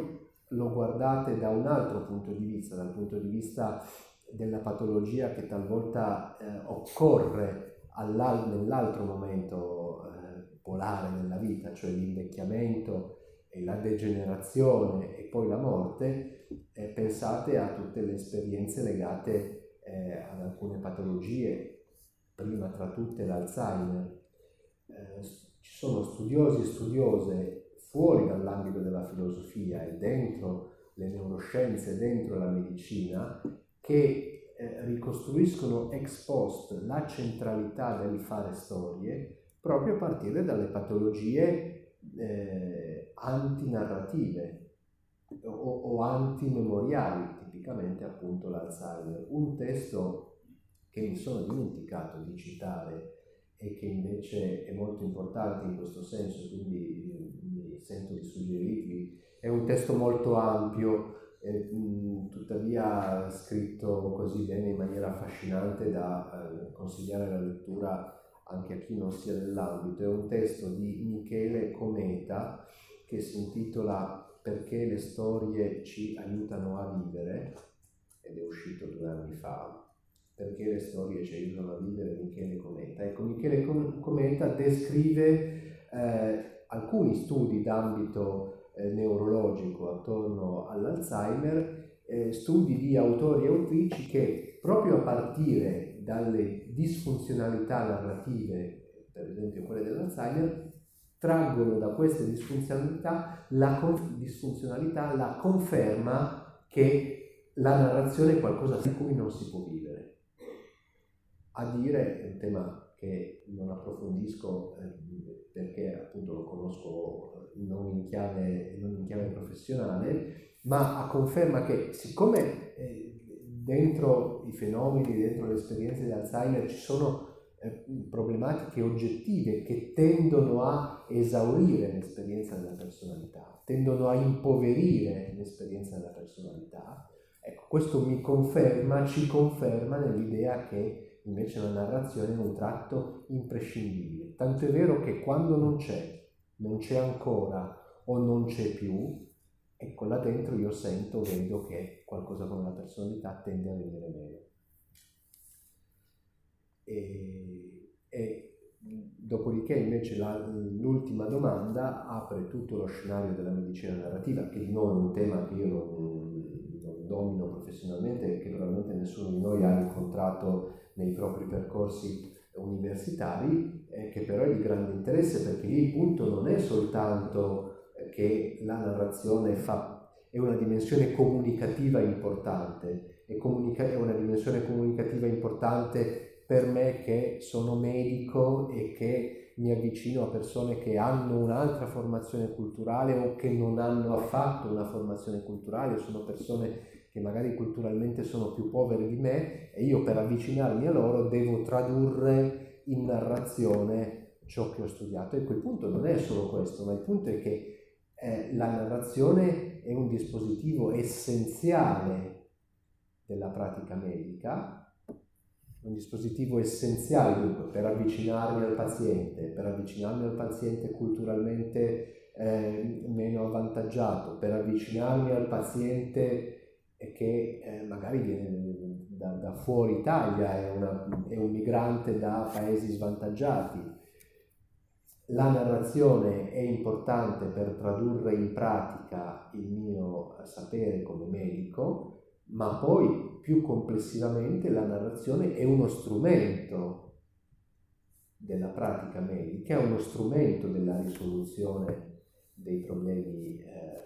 Speaker 2: lo guardate da un altro punto di vista, dal punto di vista della patologia che talvolta eh, occorre nell'altro momento eh, polare della vita, cioè l'invecchiamento e la degenerazione e poi la morte, eh, pensate a tutte le esperienze legate eh, ad alcune patologie, prima tra tutte l'Alzheimer. Eh, ci sono studiosi e studiose fuori dall'ambito della filosofia e dentro le neuroscienze, dentro la medicina, che eh, ricostruiscono ex post la centralità del fare storie proprio a partire dalle patologie eh, antinarrative o, o antimemoriali, tipicamente appunto l'Alzheimer. Un testo che mi sono dimenticato di citare e che invece è molto importante in questo senso, quindi mi sento di suggerirvi, è un testo molto ampio, eh, mh, tuttavia scritto così bene in maniera affascinante da eh, consigliare la lettura anche a chi non sia dell'ambito. È un testo di Michele Cometa che si intitola Perché le storie ci aiutano a vivere, ed è uscito due anni fa. Perché le storie ci aiutano a vivere, Michele Cometa. Ecco, Michele Cometa descrive eh, alcuni studi d'ambito eh, neurologico attorno all'Alzheimer, eh, studi di autori e autrici che proprio a partire dalle disfunzionalità narrative, per esempio quelle dell'Alzheimer, traggono da queste disfunzionalità la, conf- disfunzionalità la conferma che la narrazione è qualcosa di cui non si può vivere. A dire, è un tema che non approfondisco eh, perché appunto lo conosco non in chiave, non in chiave professionale, ma a conferma che siccome eh, dentro i fenomeni, dentro le esperienze di Alzheimer ci sono eh, problematiche oggettive che tendono a esaurire l'esperienza della personalità, tendono a impoverire l'esperienza della personalità, ecco, questo mi conferma, ci conferma nell'idea che invece la narrazione è un tratto imprescindibile. Tanto è vero che quando non c'è, non c'è ancora o non c'è più, ecco là dentro io sento, vedo che qualcosa con la personalità tende a venire meno. E, e dopodiché invece la, l'ultima domanda apre tutto lo scenario della medicina narrativa, che di nuovo è un tema che io non, non domino professionalmente e che probabilmente nessuno di noi ha incontrato nei propri percorsi universitari, eh, che però è di grande interesse, perché lì il punto non è soltanto che la narrazione fa, è una dimensione comunicativa importante, è, comunica- è una dimensione comunicativa importante per me che sono medico e che mi avvicino a persone che hanno un'altra formazione culturale o che non hanno affatto una formazione culturale, sono persone che magari culturalmente sono più povere di me e io per avvicinarmi a loro devo tradurre in narrazione ciò che ho studiato. Ecco, il punto non è solo questo, ma il punto è che eh, la narrazione è un dispositivo essenziale della pratica medica, un dispositivo essenziale dunque per avvicinarmi al paziente, per avvicinarmi al paziente culturalmente eh, meno avvantaggiato, per avvicinarmi al paziente che eh, magari viene da, da fuori Italia, è, una, è un migrante da paesi svantaggiati. La narrazione è importante per tradurre in pratica il mio sapere come medico, ma poi più complessivamente la narrazione è uno strumento della pratica medica, è uno strumento della risoluzione dei problemi eh,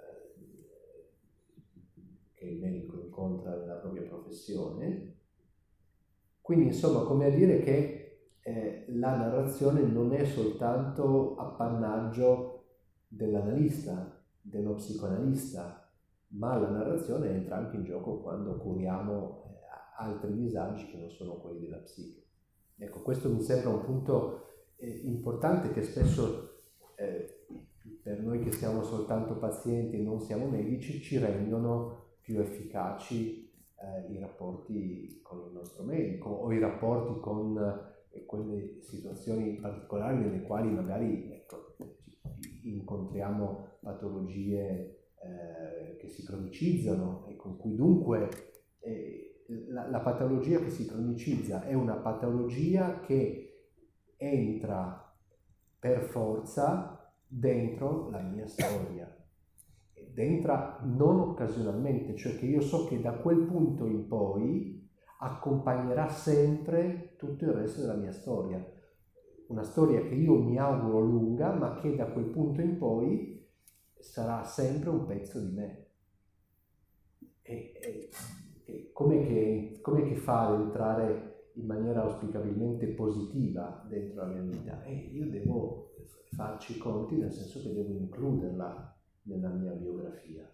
Speaker 2: che il medico incontra nella propria professione. Quindi insomma, come a dire che eh, la narrazione non è soltanto appannaggio dell'analista, dello psicoanalista, ma la narrazione entra anche in gioco quando curiamo eh, altri disagi che non sono quelli della psiche. Ecco, questo mi sembra un punto eh, importante che spesso eh, per noi che siamo soltanto pazienti e non siamo medici ci rendono più efficaci eh, i rapporti con il nostro medico o i rapporti con eh, quelle situazioni particolari nelle quali magari ecco, incontriamo patologie eh, che si cronicizzano e con cui dunque eh, la, la patologia che si cronicizza è una patologia che entra per forza dentro la mia storia, ed entra non occasionalmente, cioè che io so che da quel punto in poi accompagnerà sempre tutto il resto della mia storia. Una storia che io mi auguro lunga, ma che da quel punto in poi sarà sempre un pezzo di me. E, e, e com'è che, com'è che fa ad entrare in maniera auspicabilmente positiva dentro la mia vita? E io devo farci i conti, nel senso che devo includerla nella mia biografia.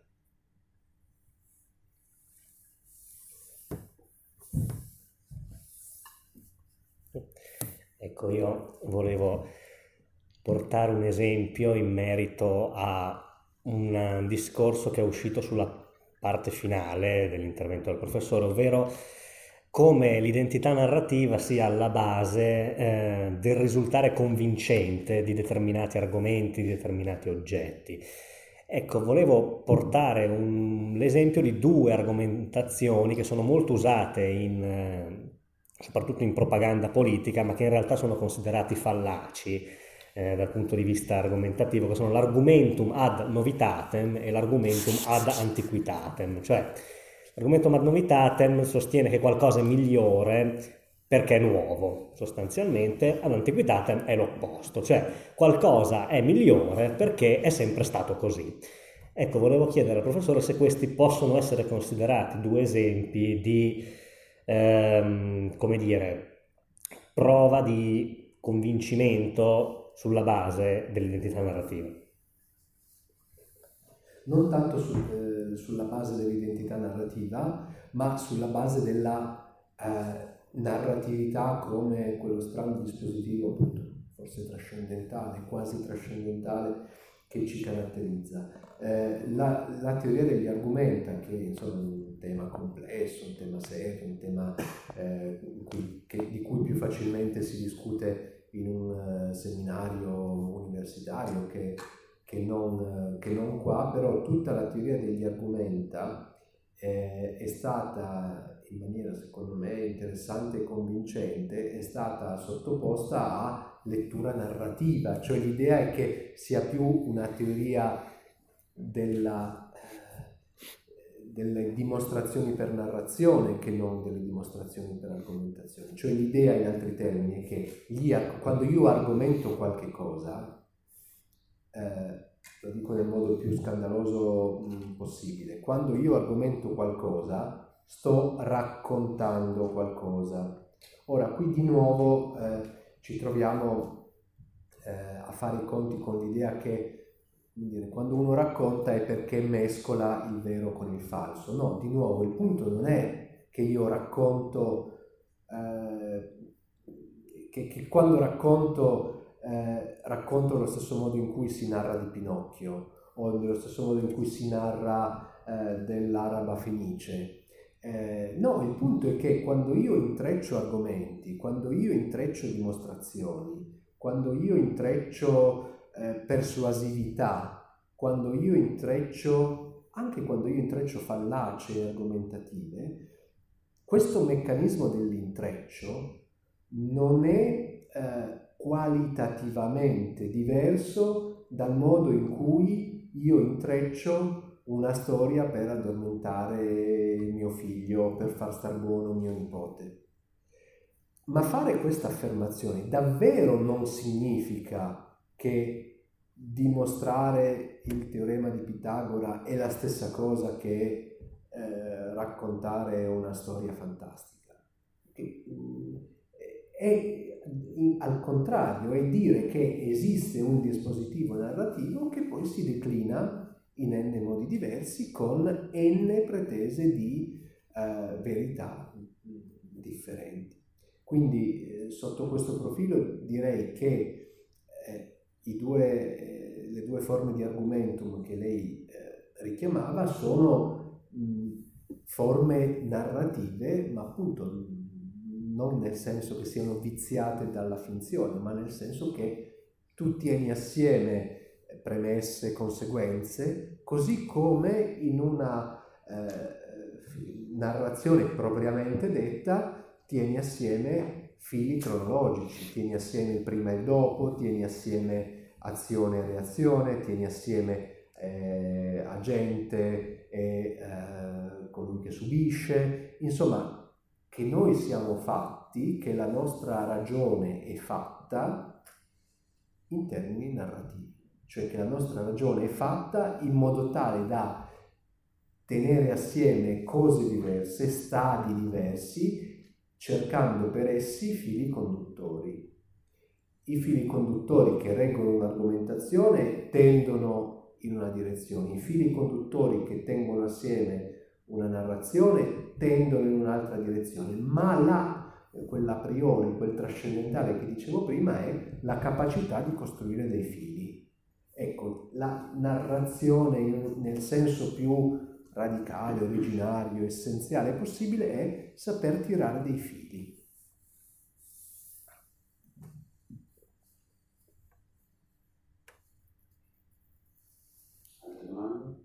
Speaker 9: Ecco, io volevo portare un esempio in merito a un discorso che è uscito sulla parte finale dell'intervento del professore, ovvero come l'identità narrativa sia alla base eh, del risultare convincente di determinati argomenti, di determinati oggetti. Ecco, volevo portare un, l'esempio di due argomentazioni che sono molto usate in... Eh, soprattutto in propaganda politica, ma che in realtà sono considerati fallaci eh, dal punto di vista argomentativo, che sono l'argumentum ad novitatem e l'argumentum ad antiquitatem. Cioè, l'argumentum ad novitatem sostiene che qualcosa è migliore perché è nuovo, sostanzialmente. Ad antiquitatem è l'opposto, cioè qualcosa è migliore perché è sempre stato così. Ecco, volevo chiedere al professore se questi possono essere considerati due esempi di Ehm, come dire, prova di convincimento sulla base dell'identità narrativa.
Speaker 2: Non tanto sul, eh, sulla base dell'identità narrativa, ma sulla base della eh, narratività come quello strano dispositivo, appunto, forse trascendentale, quasi trascendentale, che ci caratterizza. Eh, la, la teoria degli argumenta, che insomma è un tema complesso, un tema serio, un tema eh, in cui, che, di cui più facilmente si discute in un uh, seminario universitario che, che, non, uh, che non qua, però tutta la teoria degli argumenta eh, è stata, in maniera secondo me interessante e convincente, è stata sottoposta a lettura narrativa, cioè l'idea è che sia più una teoria della, delle dimostrazioni per narrazione che non delle dimostrazioni per argomentazione. Cioè l'idea, in altri termini, è che gli, quando io argomento qualche cosa, eh, lo dico nel modo più scandaloso mh, possibile, quando io argomento qualcosa sto raccontando qualcosa. Ora qui di nuovo eh, ci troviamo eh, a fare i conti con l'idea che dire, quando uno racconta è perché mescola il vero con il falso. No, di nuovo il punto non è che io racconto, eh, che, che quando racconto, eh, racconto allo stesso modo in cui si narra di Pinocchio o nello stesso modo in cui si narra eh, dell'araba fenice. Eh, no, il punto è che quando io intreccio argomenti, quando io intreccio dimostrazioni, quando io intreccio eh, persuasività, quando io intreccio, anche quando io intreccio fallacie argomentative, questo meccanismo dell'intreccio non è eh, qualitativamente diverso dal modo in cui io intreccio una storia per addormentare mio figlio, per far star buono mio nipote. Ma fare questa affermazione davvero non significa che dimostrare il teorema di Pitagora è la stessa cosa che eh, raccontare una storia fantastica. È, è, al contrario, è dire che esiste un dispositivo narrativo che poi si declina in n modi diversi con n pretese di eh, verità differenti. Quindi eh, sotto questo profilo direi che eh, i due, eh, le due forme di argumentum che lei eh, richiamava sono mh, forme narrative, ma appunto mh, non nel senso che siano viziate dalla finzione, ma nel senso che tu tieni assieme premesse, conseguenze, così come in una eh, narrazione propriamente detta tieni assieme fili cronologici, tieni assieme il prima e il dopo, tieni assieme azione e reazione, tieni assieme eh, agente e eh, colui che subisce, insomma che noi siamo fatti, che la nostra ragione è fatta in termini narrativi, cioè che la nostra ragione è fatta in modo tale da tenere assieme cose diverse, stadi diversi, cercando per essi fili conduttori. I fili conduttori che reggono un'argomentazione tendono in una direzione, i fili conduttori che tengono assieme una narrazione tendono in un'altra direzione, ma la, quella a priori, quel trascendentale che dicevo prima è la capacità di costruire dei fili. Ecco, la narrazione nel senso più radicale, originario, essenziale possibile è saper tirare dei fili.
Speaker 3: Altre domande?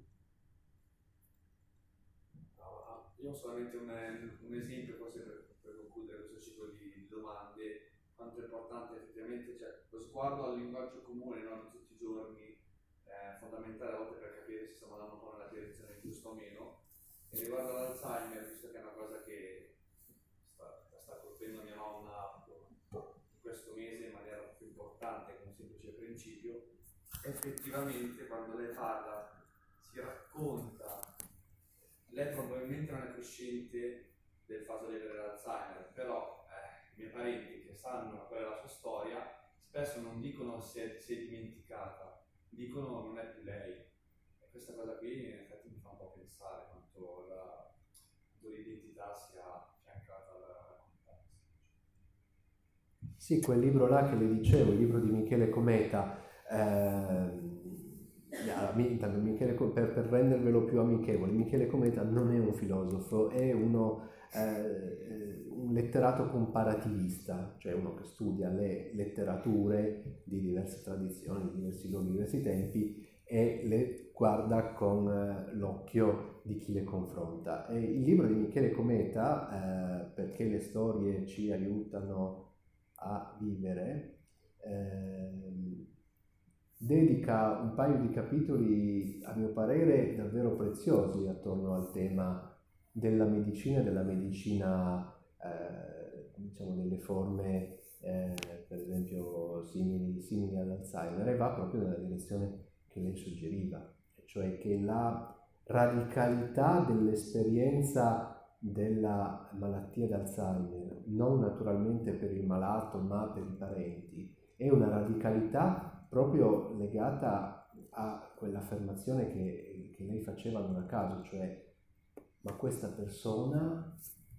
Speaker 4: Io ho solamente un, un esempio, forse per, per concludere questo ciclo di, di domande, quanto è importante effettivamente, cioè, lo sguardo al linguaggio comune, no, di tutti i giorni, è fondamentale a volte per capire se stiamo andando un po' nella direzione giusta o meno. E riguardo all'Alzheimer, visto che è una cosa che sta, sta colpendo mia nonna in questo mese in maniera più importante, con un semplice principio, effettivamente quando lei parla si racconta. Lei probabilmente non è cosciente del fatto di avere l'Alzheimer, però eh, i miei parenti che sanno qual è la sua storia spesso non dicono se è, si è dimenticata, dicono non è più lei. E questa cosa qui in effetti mi fa un po' pensare quanto, la, quanto l'identità sia affiancata alla competenza.
Speaker 2: Sì, quel libro là che le dicevo, il libro di Michele Cometa, ehm, Michele, per, per rendervelo più amichevole, Michele Cometa non è un filosofo, è uno, eh, un letterato comparativista, cioè uno che studia le letterature di diverse tradizioni, di diversi luoghi, di diversi tempi e le guarda con eh, l'occhio di chi le confronta. E il libro di Michele Cometa, eh, perché le storie ci aiutano a vivere, eh, dedica un paio di capitoli, a mio parere, davvero preziosi attorno al tema della medicina, della medicina, eh, diciamo, delle forme, eh, per esempio, simili, simili all'Alzheimer, e va proprio nella direzione che lei suggeriva, cioè che la radicalità dell'esperienza della malattia d'Alzheimer, non naturalmente per il malato, ma per i parenti, è una radicalità proprio legata a quell'affermazione che, che lei faceva non a caso, cioè ma questa persona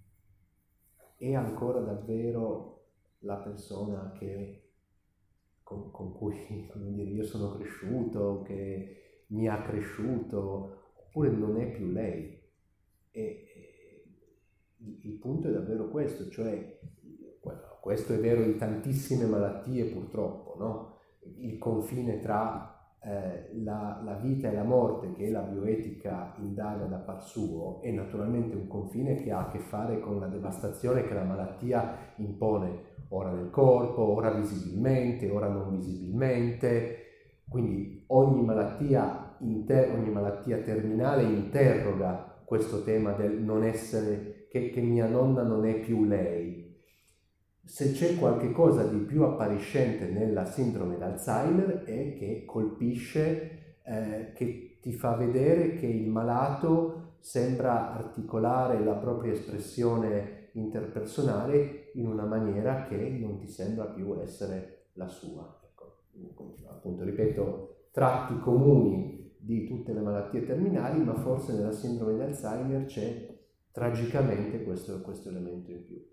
Speaker 2: è ancora davvero la persona che, con, con cui, come dire, io sono cresciuto, che mi ha cresciuto, oppure non è più lei. E, e il, il punto è davvero questo, cioè questo è vero in tantissime malattie purtroppo, no? Il confine tra eh, la, la vita e la morte, che la bioetica indaga da par suo, è naturalmente un confine che ha a che fare con la devastazione che la malattia impone, ora nel corpo, ora visibilmente, ora non visibilmente. Quindi ogni malattia, inter- ogni malattia terminale interroga questo tema del non essere, che, che mia nonna non è più lei. Se c'è qualche cosa di più appariscente nella sindrome d'Alzheimer è che colpisce, eh, che ti fa vedere che il malato sembra articolare la propria espressione interpersonale in una maniera che non ti sembra più essere la sua. Ecco, appunto, ripeto, tratti comuni di tutte le malattie terminali, ma forse nella sindrome d'Alzheimer c'è tragicamente questo, questo elemento in più.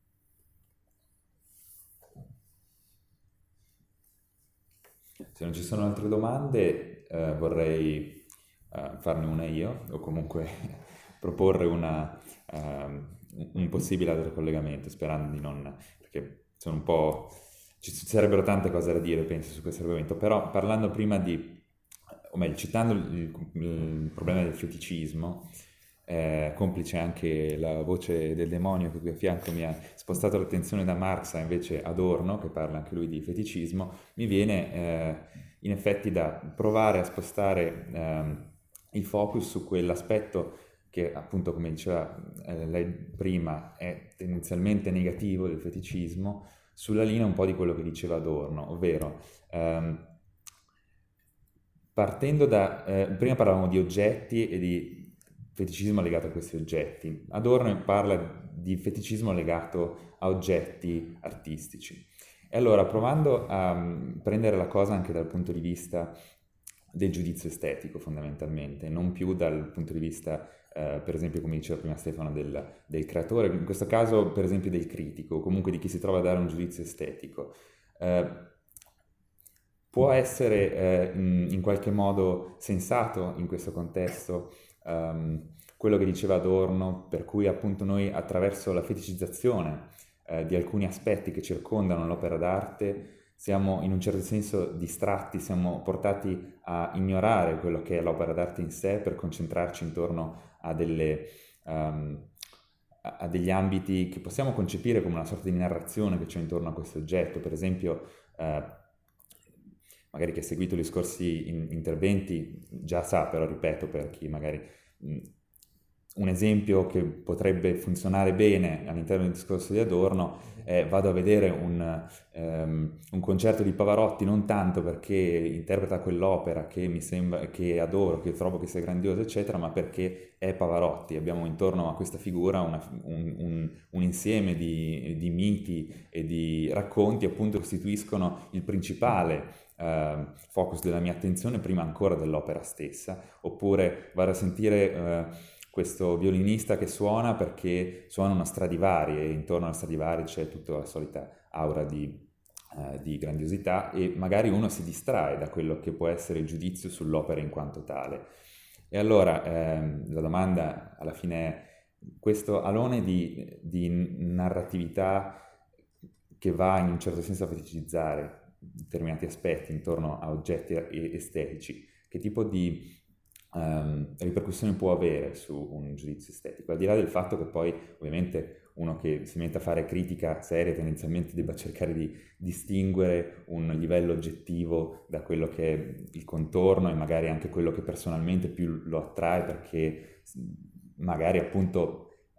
Speaker 1: Se non ci sono altre domande, eh, vorrei eh, farne una io, o comunque proporre una, um, un possibile altro collegamento, sperando di non... perché sono un po'... ci sarebbero tante cose da dire, penso, su questo argomento, però parlando prima di o meglio, citando il, il problema del feticismo, eh, complice anche la voce del demonio che qui a fianco mi ha spostato l'attenzione da Marx a invece Adorno, che parla anche lui di feticismo, mi viene eh, in effetti da provare a spostare eh, il focus su quell'aspetto che appunto, come diceva eh, lei prima, è tendenzialmente negativo del feticismo, sulla linea un po' di quello che diceva Adorno, ovvero ehm, partendo da... Eh, prima parlavamo di oggetti e di feticismo legato a questi oggetti. Adorno parla di feticismo legato a oggetti artistici. E allora, provando a um, prendere la cosa anche dal punto di vista del giudizio estetico, fondamentalmente, non più dal punto di vista... Uh, per esempio, come diceva prima Stefano, del, del creatore, in questo caso per esempio del critico, o comunque di chi si trova a dare un giudizio estetico. Uh, può essere uh, in, in qualche modo sensato in questo contesto um, quello che diceva Adorno, per cui appunto noi attraverso la feticizzazione uh, di alcuni aspetti che circondano l'opera d'arte siamo in un certo senso distratti, siamo portati a ignorare quello che è l'opera d'arte in sé per concentrarci intorno a, delle, um, a degli ambiti che possiamo concepire come una sorta di narrazione che c'è intorno a questo oggetto. Per esempio, uh, magari chi ha seguito gli scorsi in, interventi già sa, però ripeto per chi magari... Mh, un esempio che potrebbe funzionare bene all'interno del discorso di Adorno è vado a vedere un, um, un concerto di Pavarotti non tanto perché interpreta quell'opera che mi sembra, che adoro, che trovo che sia grandiosa eccetera, ma perché è Pavarotti. Abbiamo intorno a questa figura una, un, un, un insieme di, di miti e di racconti appunto che costituiscono il principale Uh, focus della mia attenzione prima ancora dell'opera stessa. Oppure vado a sentire uh, questo violinista che suona perché suona una Stradivari e intorno alla Stradivari c'è tutta la solita aura di, uh, di grandiosità e magari uno si distrae da quello che può essere il giudizio sull'opera in quanto tale. E allora ehm, la domanda alla fine è questo alone di, di narratività che va in un certo senso a feticizzare determinati aspetti intorno a oggetti estetici, che tipo di um, ripercussioni può avere su un giudizio estetico, al di là del fatto che poi ovviamente uno che si mette a fare critica seria tendenzialmente debba cercare di distinguere un livello oggettivo da quello che è il contorno e magari anche quello che personalmente più lo attrae perché magari appunto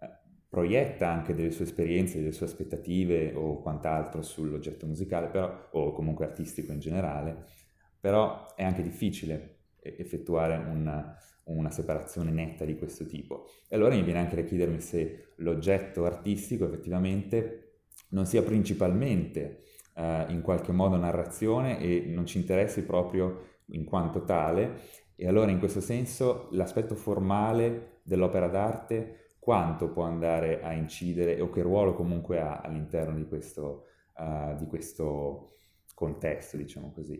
Speaker 1: proietta anche delle sue esperienze, delle sue aspettative o quant'altro sull'oggetto musicale, però, o comunque artistico in generale, però è anche difficile effettuare una, una separazione netta di questo tipo. E allora mi viene anche da chiedermi se l'oggetto artistico effettivamente non sia principalmente eh, in qualche modo narrazione e non ci interessi proprio in quanto tale, e allora in questo senso l'aspetto formale dell'opera d'arte quanto può andare a incidere o che ruolo comunque ha all'interno di questo, uh, di questo contesto, diciamo così.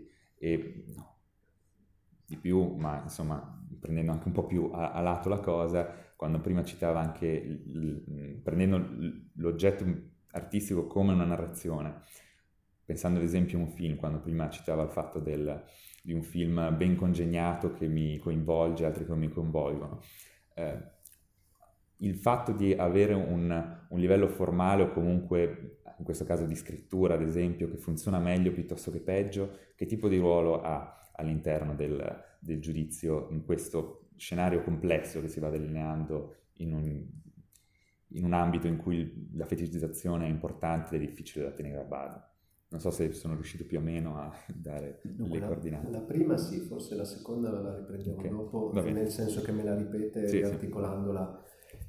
Speaker 1: E no, di più, ma insomma, prendendo anche un po' più a, a lato la cosa, quando prima citava anche, il, il, prendendo l'oggetto artistico come una narrazione, pensando ad esempio a un film, quando prima citava il fatto del, di un film ben congegnato che mi coinvolge, altri che non mi coinvolgono, eh, il fatto di avere un, un livello formale o comunque, in questo caso di scrittura ad esempio, che funziona meglio piuttosto che peggio, che tipo di ruolo ha all'interno del, del giudizio in questo scenario complesso che si va delineando in un, in un ambito in cui la feticizzazione è importante ed è difficile da tenere a bada. Non so se sono riuscito più o meno a dare
Speaker 2: Dunque,
Speaker 1: le coordinate.
Speaker 2: La, la prima sì, forse la seconda la riprendiamo
Speaker 1: Okay,
Speaker 2: dopo,
Speaker 1: va bene.
Speaker 2: nel senso che me la ripete
Speaker 1: Sì,
Speaker 2: riarticolandola.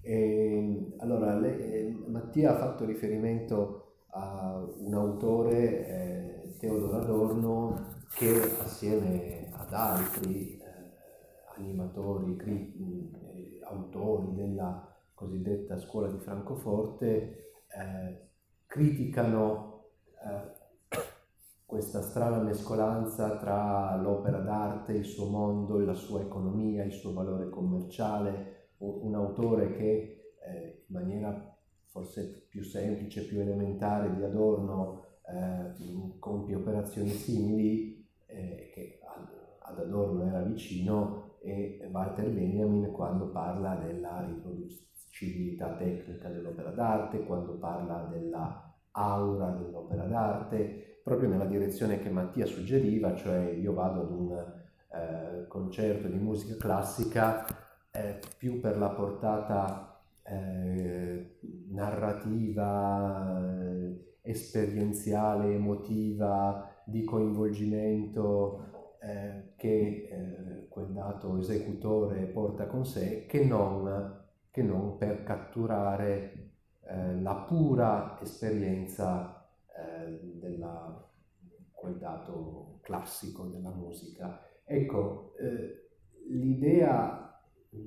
Speaker 2: E, allora, le, Mattia ha fatto riferimento a un autore, eh, Theodor Adorno, che assieme ad altri eh, animatori, cri, eh, autori della cosiddetta scuola di Francoforte, eh, criticano eh, questa strana mescolanza tra l'opera d'arte, il suo mondo, la sua economia, il suo valore commerciale. Un autore che eh, in maniera forse più semplice, più elementare di Adorno eh, compie operazioni simili eh, che Adorno era vicino, e Walter Benjamin quando parla della riproducibilità tecnica dell'opera d'arte, quando parla della aura dell'opera d'arte, proprio nella direzione che Mattia suggeriva, cioè io vado ad un eh, concerto di musica classica eh, più per la portata eh, narrativa, eh, esperienziale, emotiva, di coinvolgimento eh, che eh, quel dato esecutore porta con sé, che non, che non per catturare eh, la pura esperienza eh, della, quel dato classico della musica. Ecco, eh, l'idea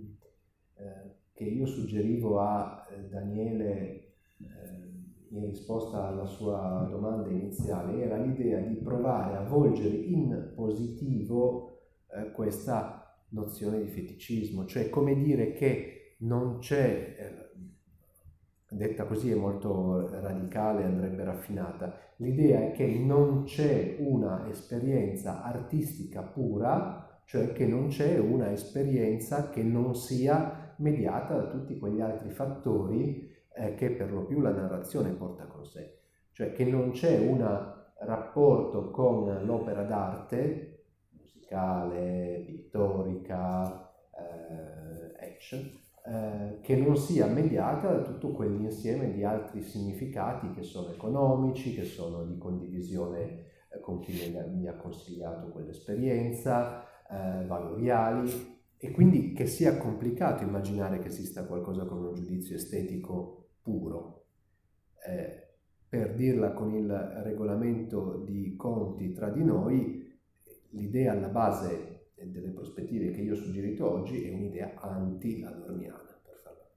Speaker 2: eh, che io suggerivo a eh, Daniele eh, in risposta alla sua domanda iniziale era l'idea di provare a volgere in positivo eh, questa nozione di feticismo, cioè come dire che non c'è, eh, detta così è molto radicale, andrebbe raffinata, l'idea è che non c'è una esperienza artistica pura, cioè che non c'è una esperienza che non sia mediata da tutti quegli altri fattori eh, che per lo più la narrazione porta con sé, cioè che non c'è un rapporto con l'opera d'arte, musicale, pittorica, eh, ecc, eh, che non sia mediata da tutto quell'insieme di altri significati che sono economici, che sono di condivisione eh, con chi mi ha consigliato quell'esperienza, eh, valoriali, e quindi che sia complicato immaginare che esista qualcosa come un giudizio estetico puro. Eh, per dirla con il regolamento di Conti tra di noi, l'idea alla base delle prospettive che io ho suggerito oggi è un'idea anti-adorniana. Per farla.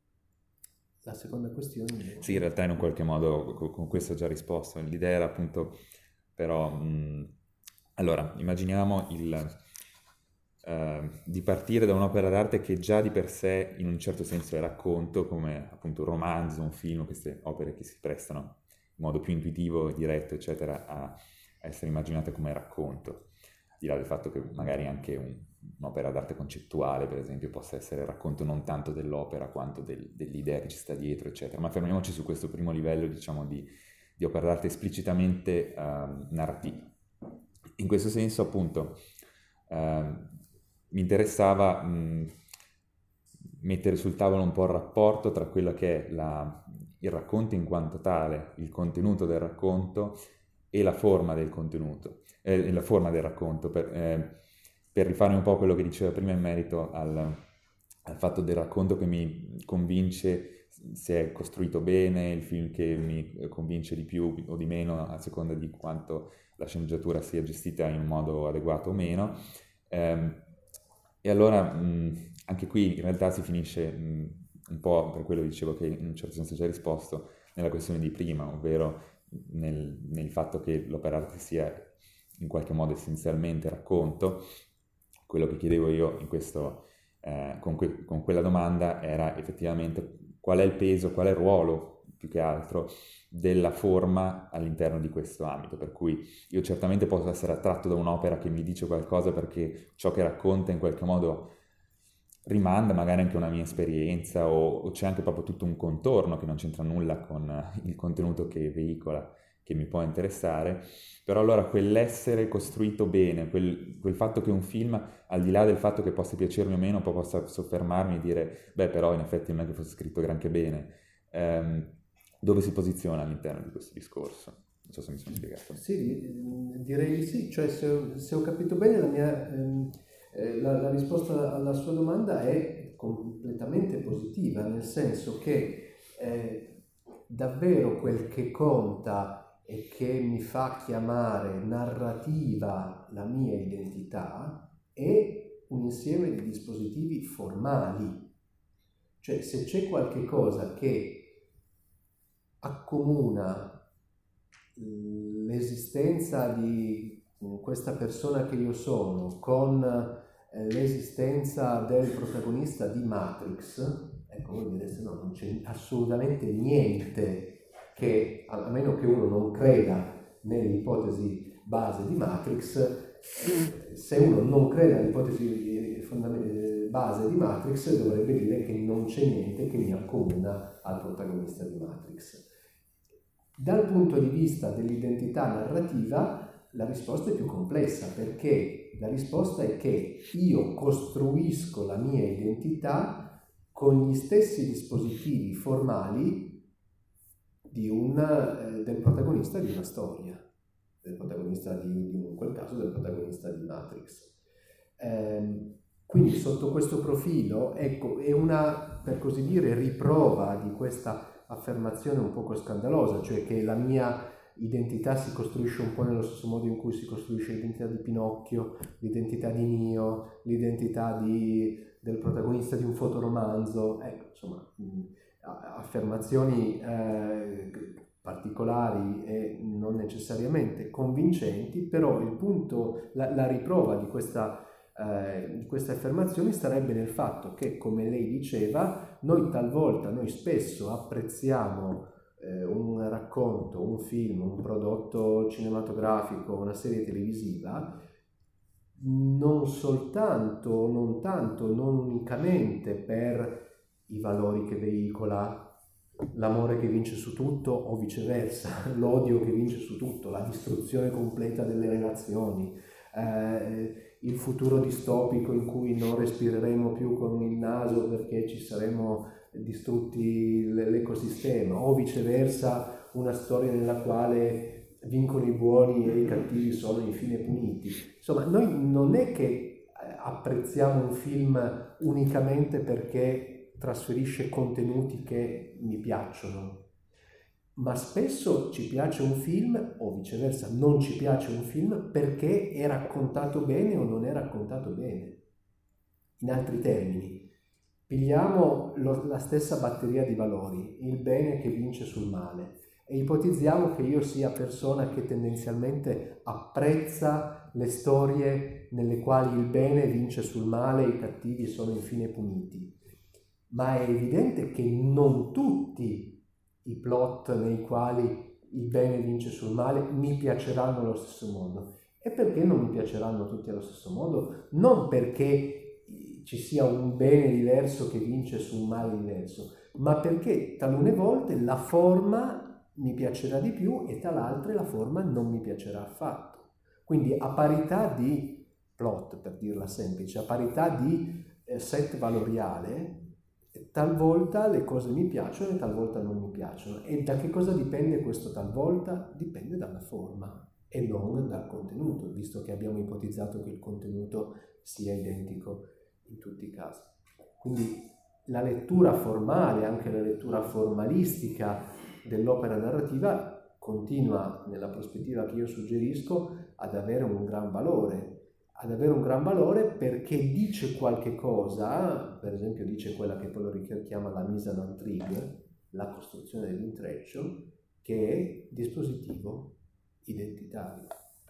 Speaker 2: La seconda questione...
Speaker 1: Sì, in realtà in un qualche modo con questo ho già risposto. L'idea era appunto, però... Mh, allora, immaginiamo il... Uh, di partire da un'opera d'arte che già di per sé in un certo senso è racconto, come appunto un romanzo, un film, queste opere che si prestano in modo più intuitivo e diretto eccetera a essere immaginate come racconto, al di là del fatto che magari anche un, un'opera d'arte concettuale per esempio possa essere racconto non tanto dell'opera quanto del, dell'idea che ci sta dietro eccetera, ma fermiamoci su questo primo livello diciamo di, di opera d'arte esplicitamente uh, narrativa. In questo senso appunto uh, mi interessava mh, mettere sul tavolo un po' il rapporto tra quello che è la, il racconto in quanto tale, il contenuto del racconto e la forma del contenuto, eh, la forma del racconto, per, eh, per rifare un po' quello che diceva prima in merito al, al fatto del racconto che mi convince se è costruito bene, il film che mi convince di più o di meno a seconda di quanto la sceneggiatura sia gestita in un modo adeguato o meno. Eh, E allora mh, anche qui in realtà si finisce mh, un po' per quello che dicevo che in un certo senso già risposto nella questione di prima, ovvero nel, nel fatto che l'opera d'arte sia in qualche modo essenzialmente racconto. Quello che chiedevo io in questo, eh, con, que- con quella domanda era effettivamente qual è il peso, qual è il ruolo più che altro della forma all'interno di questo ambito, per cui io certamente posso essere attratto da un'opera che mi dice qualcosa perché ciò che racconta in qualche modo rimanda magari anche a una mia esperienza o, o c'è anche proprio tutto un contorno che non c'entra nulla con il contenuto che veicola, che mi può interessare, però allora quell'essere costruito bene, quel, quel fatto che un film, al di là del fatto che possa piacermi o meno, poi possa soffermarmi e dire beh però in effetti non è che fosse scritto granché bene, ehm, dove si posiziona all'interno di questo discorso? Non so se mi sono spiegato.
Speaker 2: Sì, direi di sì, cioè se ho, se ho capito bene la mia ehm, eh, la, la risposta alla sua domanda è completamente positiva, nel senso che eh, davvero quel che conta e che mi fa chiamare narrativa la mia identità è un insieme di dispositivi formali, cioè se c'è qualche cosa che accomuna l'esistenza di questa persona che io sono con l'esistenza del protagonista di Matrix, ecco, voi direste no, non c'è assolutamente niente che, a meno che uno non creda nell'ipotesi base di Matrix, se uno non crede all'ipotesi fondament- base di Matrix, dovrebbe dire che non c'è niente che mi accomuna al protagonista di Matrix. Dal punto di vista dell'identità narrativa, la risposta è più complessa, perché la risposta è che io costruisco la mia identità con gli stessi dispositivi formali di un, eh, del protagonista di una storia, del protagonista di, in quel caso del protagonista di Matrix. Eh, quindi sotto questo profilo, ecco, è una, per così dire, riprova di questa affermazione un poco scandalosa, cioè che la mia identità si costruisce un po' nello stesso modo in cui si costruisce l'identità di Pinocchio, l'identità di Neo, l'identità di, del protagonista di un fotoromanzo, ecco, insomma, mh, affermazioni eh, particolari e non necessariamente convincenti, però il punto, la, la riprova di questa, eh, di queste affermazioni starebbe nel fatto che, come lei diceva, noi talvolta, noi spesso apprezziamo eh, un racconto, un film, un prodotto cinematografico, una serie televisiva, non soltanto, non tanto, non unicamente per i valori che veicola, l'amore che vince su tutto o viceversa, l'odio che vince su tutto, la distruzione completa delle relazioni, eh, il futuro distopico in cui non respireremo più con il naso perché ci saremo distrutti l'ecosistema, o viceversa una storia nella quale vincono i buoni e i cattivi sono infine puniti. Insomma, noi non è che apprezziamo un film unicamente perché trasferisce contenuti che mi piacciono, ma spesso ci piace un film o viceversa non ci piace un film perché è raccontato bene o non è raccontato bene. In altri termini, pigliamo lo, la stessa batteria di valori, il bene che vince sul male, e ipotizziamo che io sia persona che tendenzialmente apprezza le storie nelle quali il bene vince sul male e i cattivi sono infine puniti. Ma è evidente che non tutti i plot nei quali il bene vince sul male mi piaceranno allo stesso modo. E perché non mi piaceranno tutti allo stesso modo? Non perché ci sia un bene diverso che vince su un male diverso, ma perché talune volte la forma mi piacerà di più e tal'altre la forma non mi piacerà affatto. Quindi a parità di plot, per dirla semplice, a parità di eh, set valoriale, talvolta le cose mi piacciono e talvolta non mi piacciono. E da che cosa dipende questo talvolta? Dipende dalla forma e non dal contenuto, visto che abbiamo ipotizzato che il contenuto sia identico in tutti i casi. Quindi la lettura formale, anche la lettura formalistica dell'opera narrativa continua, nella prospettiva che io suggerisco, ad avere un gran valore. ad avere un gran valore perché dice qualche cosa, per esempio dice quella che poi lo richiama la mise en intrigue, la costruzione dell'intreccio, che è dispositivo identitario.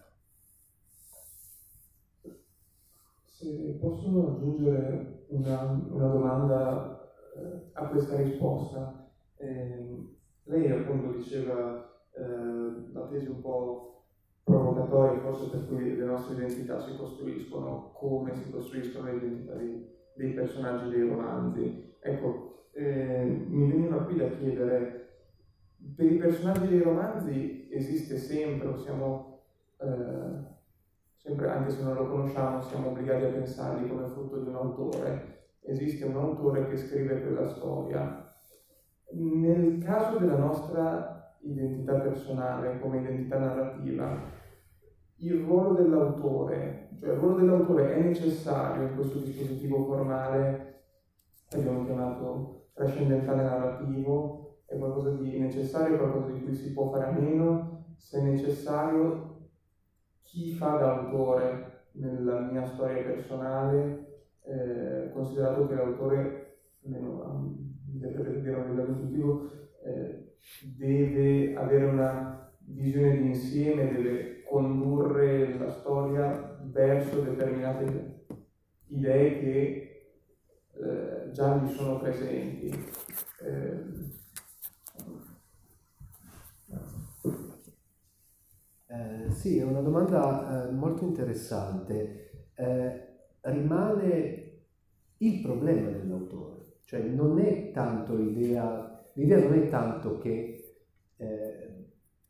Speaker 6: Se posso aggiungere una, una domanda eh, a questa risposta. Eh, lei appunto diceva eh, la tesi un po' provocatoria, forse per cui le nostre identità si costruiscono come si costruiscono le identità dei, dei personaggi dei romanzi. Ecco, eh, mi veniva qui da chiedere, per i personaggi dei romanzi esiste sempre, o siamo, eh, sempre, anche se non lo conosciamo, siamo obbligati a pensarli come frutto di un autore. Esiste un autore che scrive quella storia. Nel caso della nostra identità personale come identità narrativa, il ruolo dell'autore, cioè il ruolo dell'autore è necessario in questo dispositivo formale che abbiamo chiamato trascendentale narrativo? È qualcosa di necessario, qualcosa di cui si può fare a meno? Se è necessario, chi fa da autore nella mia storia personale, eh, considerato che l'autore, almeno per dire a un livello intuitivo, eh, deve avere una visione di insieme, deve condurre la storia verso determinate idee che eh, già gli sono presenti. Eh,
Speaker 2: eh, sì, è una domanda eh, molto interessante. eh, rimane il problema dell'autore, cioè non è tanto l'idea, l'idea non è tanto che eh,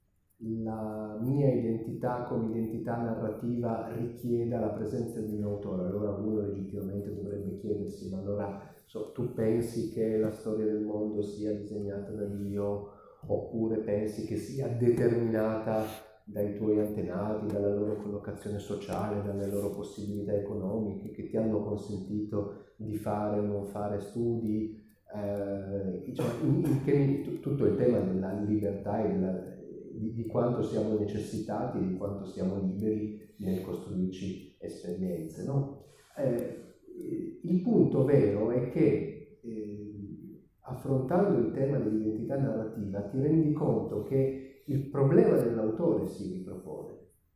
Speaker 2: la mia identità come identità narrativa richieda la presenza di un autore. Allora uno legittimamente dovrebbe chiedersi, ma allora so, tu pensi che la storia del mondo sia disegnata da Dio, oppure pensi che sia determinata dai tuoi antenati, dalla loro collocazione sociale, dalle loro possibilità economiche che ti hanno consentito di fare o non fare studi, eh, diciamo, in, in che, tutto il tema della libertà e della, di, di quanto siamo necessitati e di quanto siamo liberi nel costruirci esperienze, no? Eh, il punto vero è che eh, affrontando il tema dell'identità narrativa ti rendi conto che il problema dell'autore si ripropone,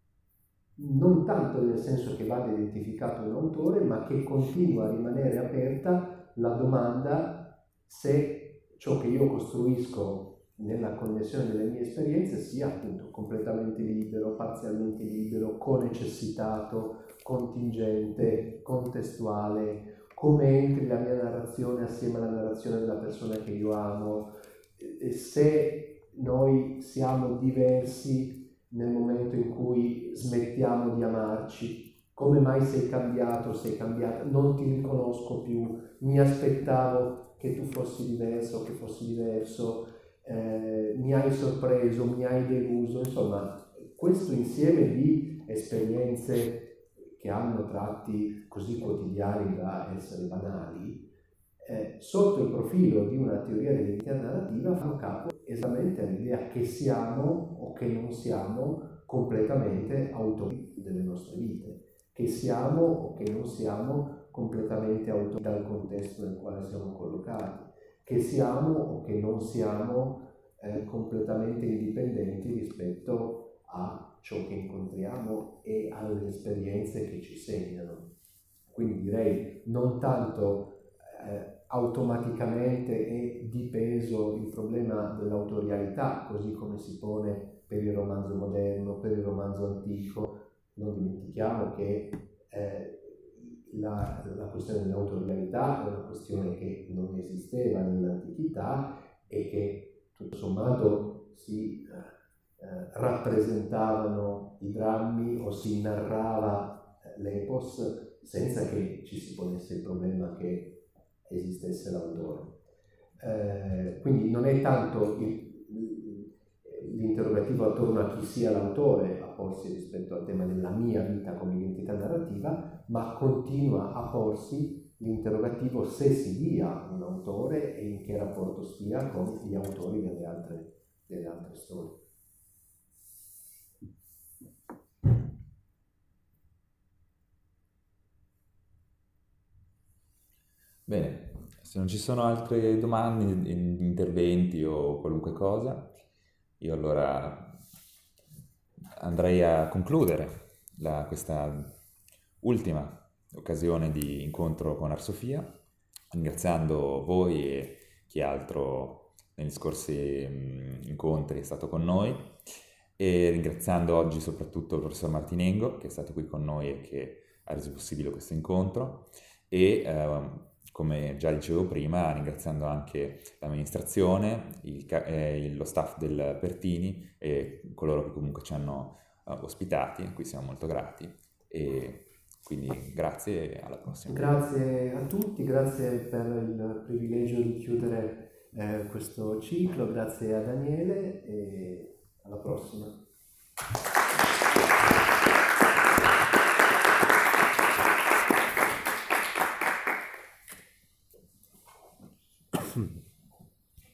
Speaker 2: non tanto nel senso che vada identificato un autore, ma che continua a rimanere aperta la domanda se ciò che io costruisco nella connessione delle mie esperienze sia appunto completamente libero, parzialmente libero, conecessitato, contingente, contestuale, come entri la mia narrazione assieme alla narrazione della persona che io amo, e se noi siamo diversi nel momento in cui smettiamo di amarci, come mai sei cambiato, sei cambiata, non ti riconosco più, mi aspettavo che tu fossi diverso, che fossi diverso, eh, mi hai sorpreso, mi hai deluso, insomma questo insieme di esperienze che hanno tratti così quotidiani da essere banali, eh, sotto il profilo di una teoria dell'identità narrativa fanno capo esattamente all'idea che siamo o che non siamo completamente autori delle nostre vite, che siamo o che non siamo completamente autori dal contesto nel quale siamo collocati, che siamo o che non siamo eh, completamente indipendenti rispetto a ciò che incontriamo e alle esperienze che ci segnano. Quindi direi non tanto eh, automaticamente e di peso il problema dell'autorialità, così come si pone per il romanzo moderno, per il romanzo antico. Non dimentichiamo che eh, la, la questione dell'autorialità è una questione che non esisteva nell'antichità e che tutto sommato si eh, rappresentavano i drammi o si narrava l'epos senza che ci si ponesse il problema che esistesse l'autore. Eh, quindi non è tanto il, l'interrogativo attorno a chi sia l'autore a porsi rispetto al tema della mia vita come identità narrativa, ma continua a porsi l'interrogativo se si dia un autore e in che rapporto stia con gli autori delle altre, delle altre storie.
Speaker 1: Bene, se non ci sono altre domande, interventi o qualunque cosa, io allora andrei a concludere la, questa ultima occasione di incontro con Ars Sophia, ringraziando voi e chi altro negli scorsi mh, incontri è stato con noi, e ringraziando oggi soprattutto il professor Martinengo che è stato qui con noi e che ha reso possibile questo incontro, e eh, come già dicevo prima, ringraziando anche l'amministrazione, il, eh, lo staff del Pertini e coloro che comunque ci hanno uh, ospitati, a cui siamo molto grati. E quindi grazie e alla prossima.
Speaker 2: Grazie a tutti, grazie per il privilegio di chiudere eh, questo ciclo, grazie a Daniele e alla prossima.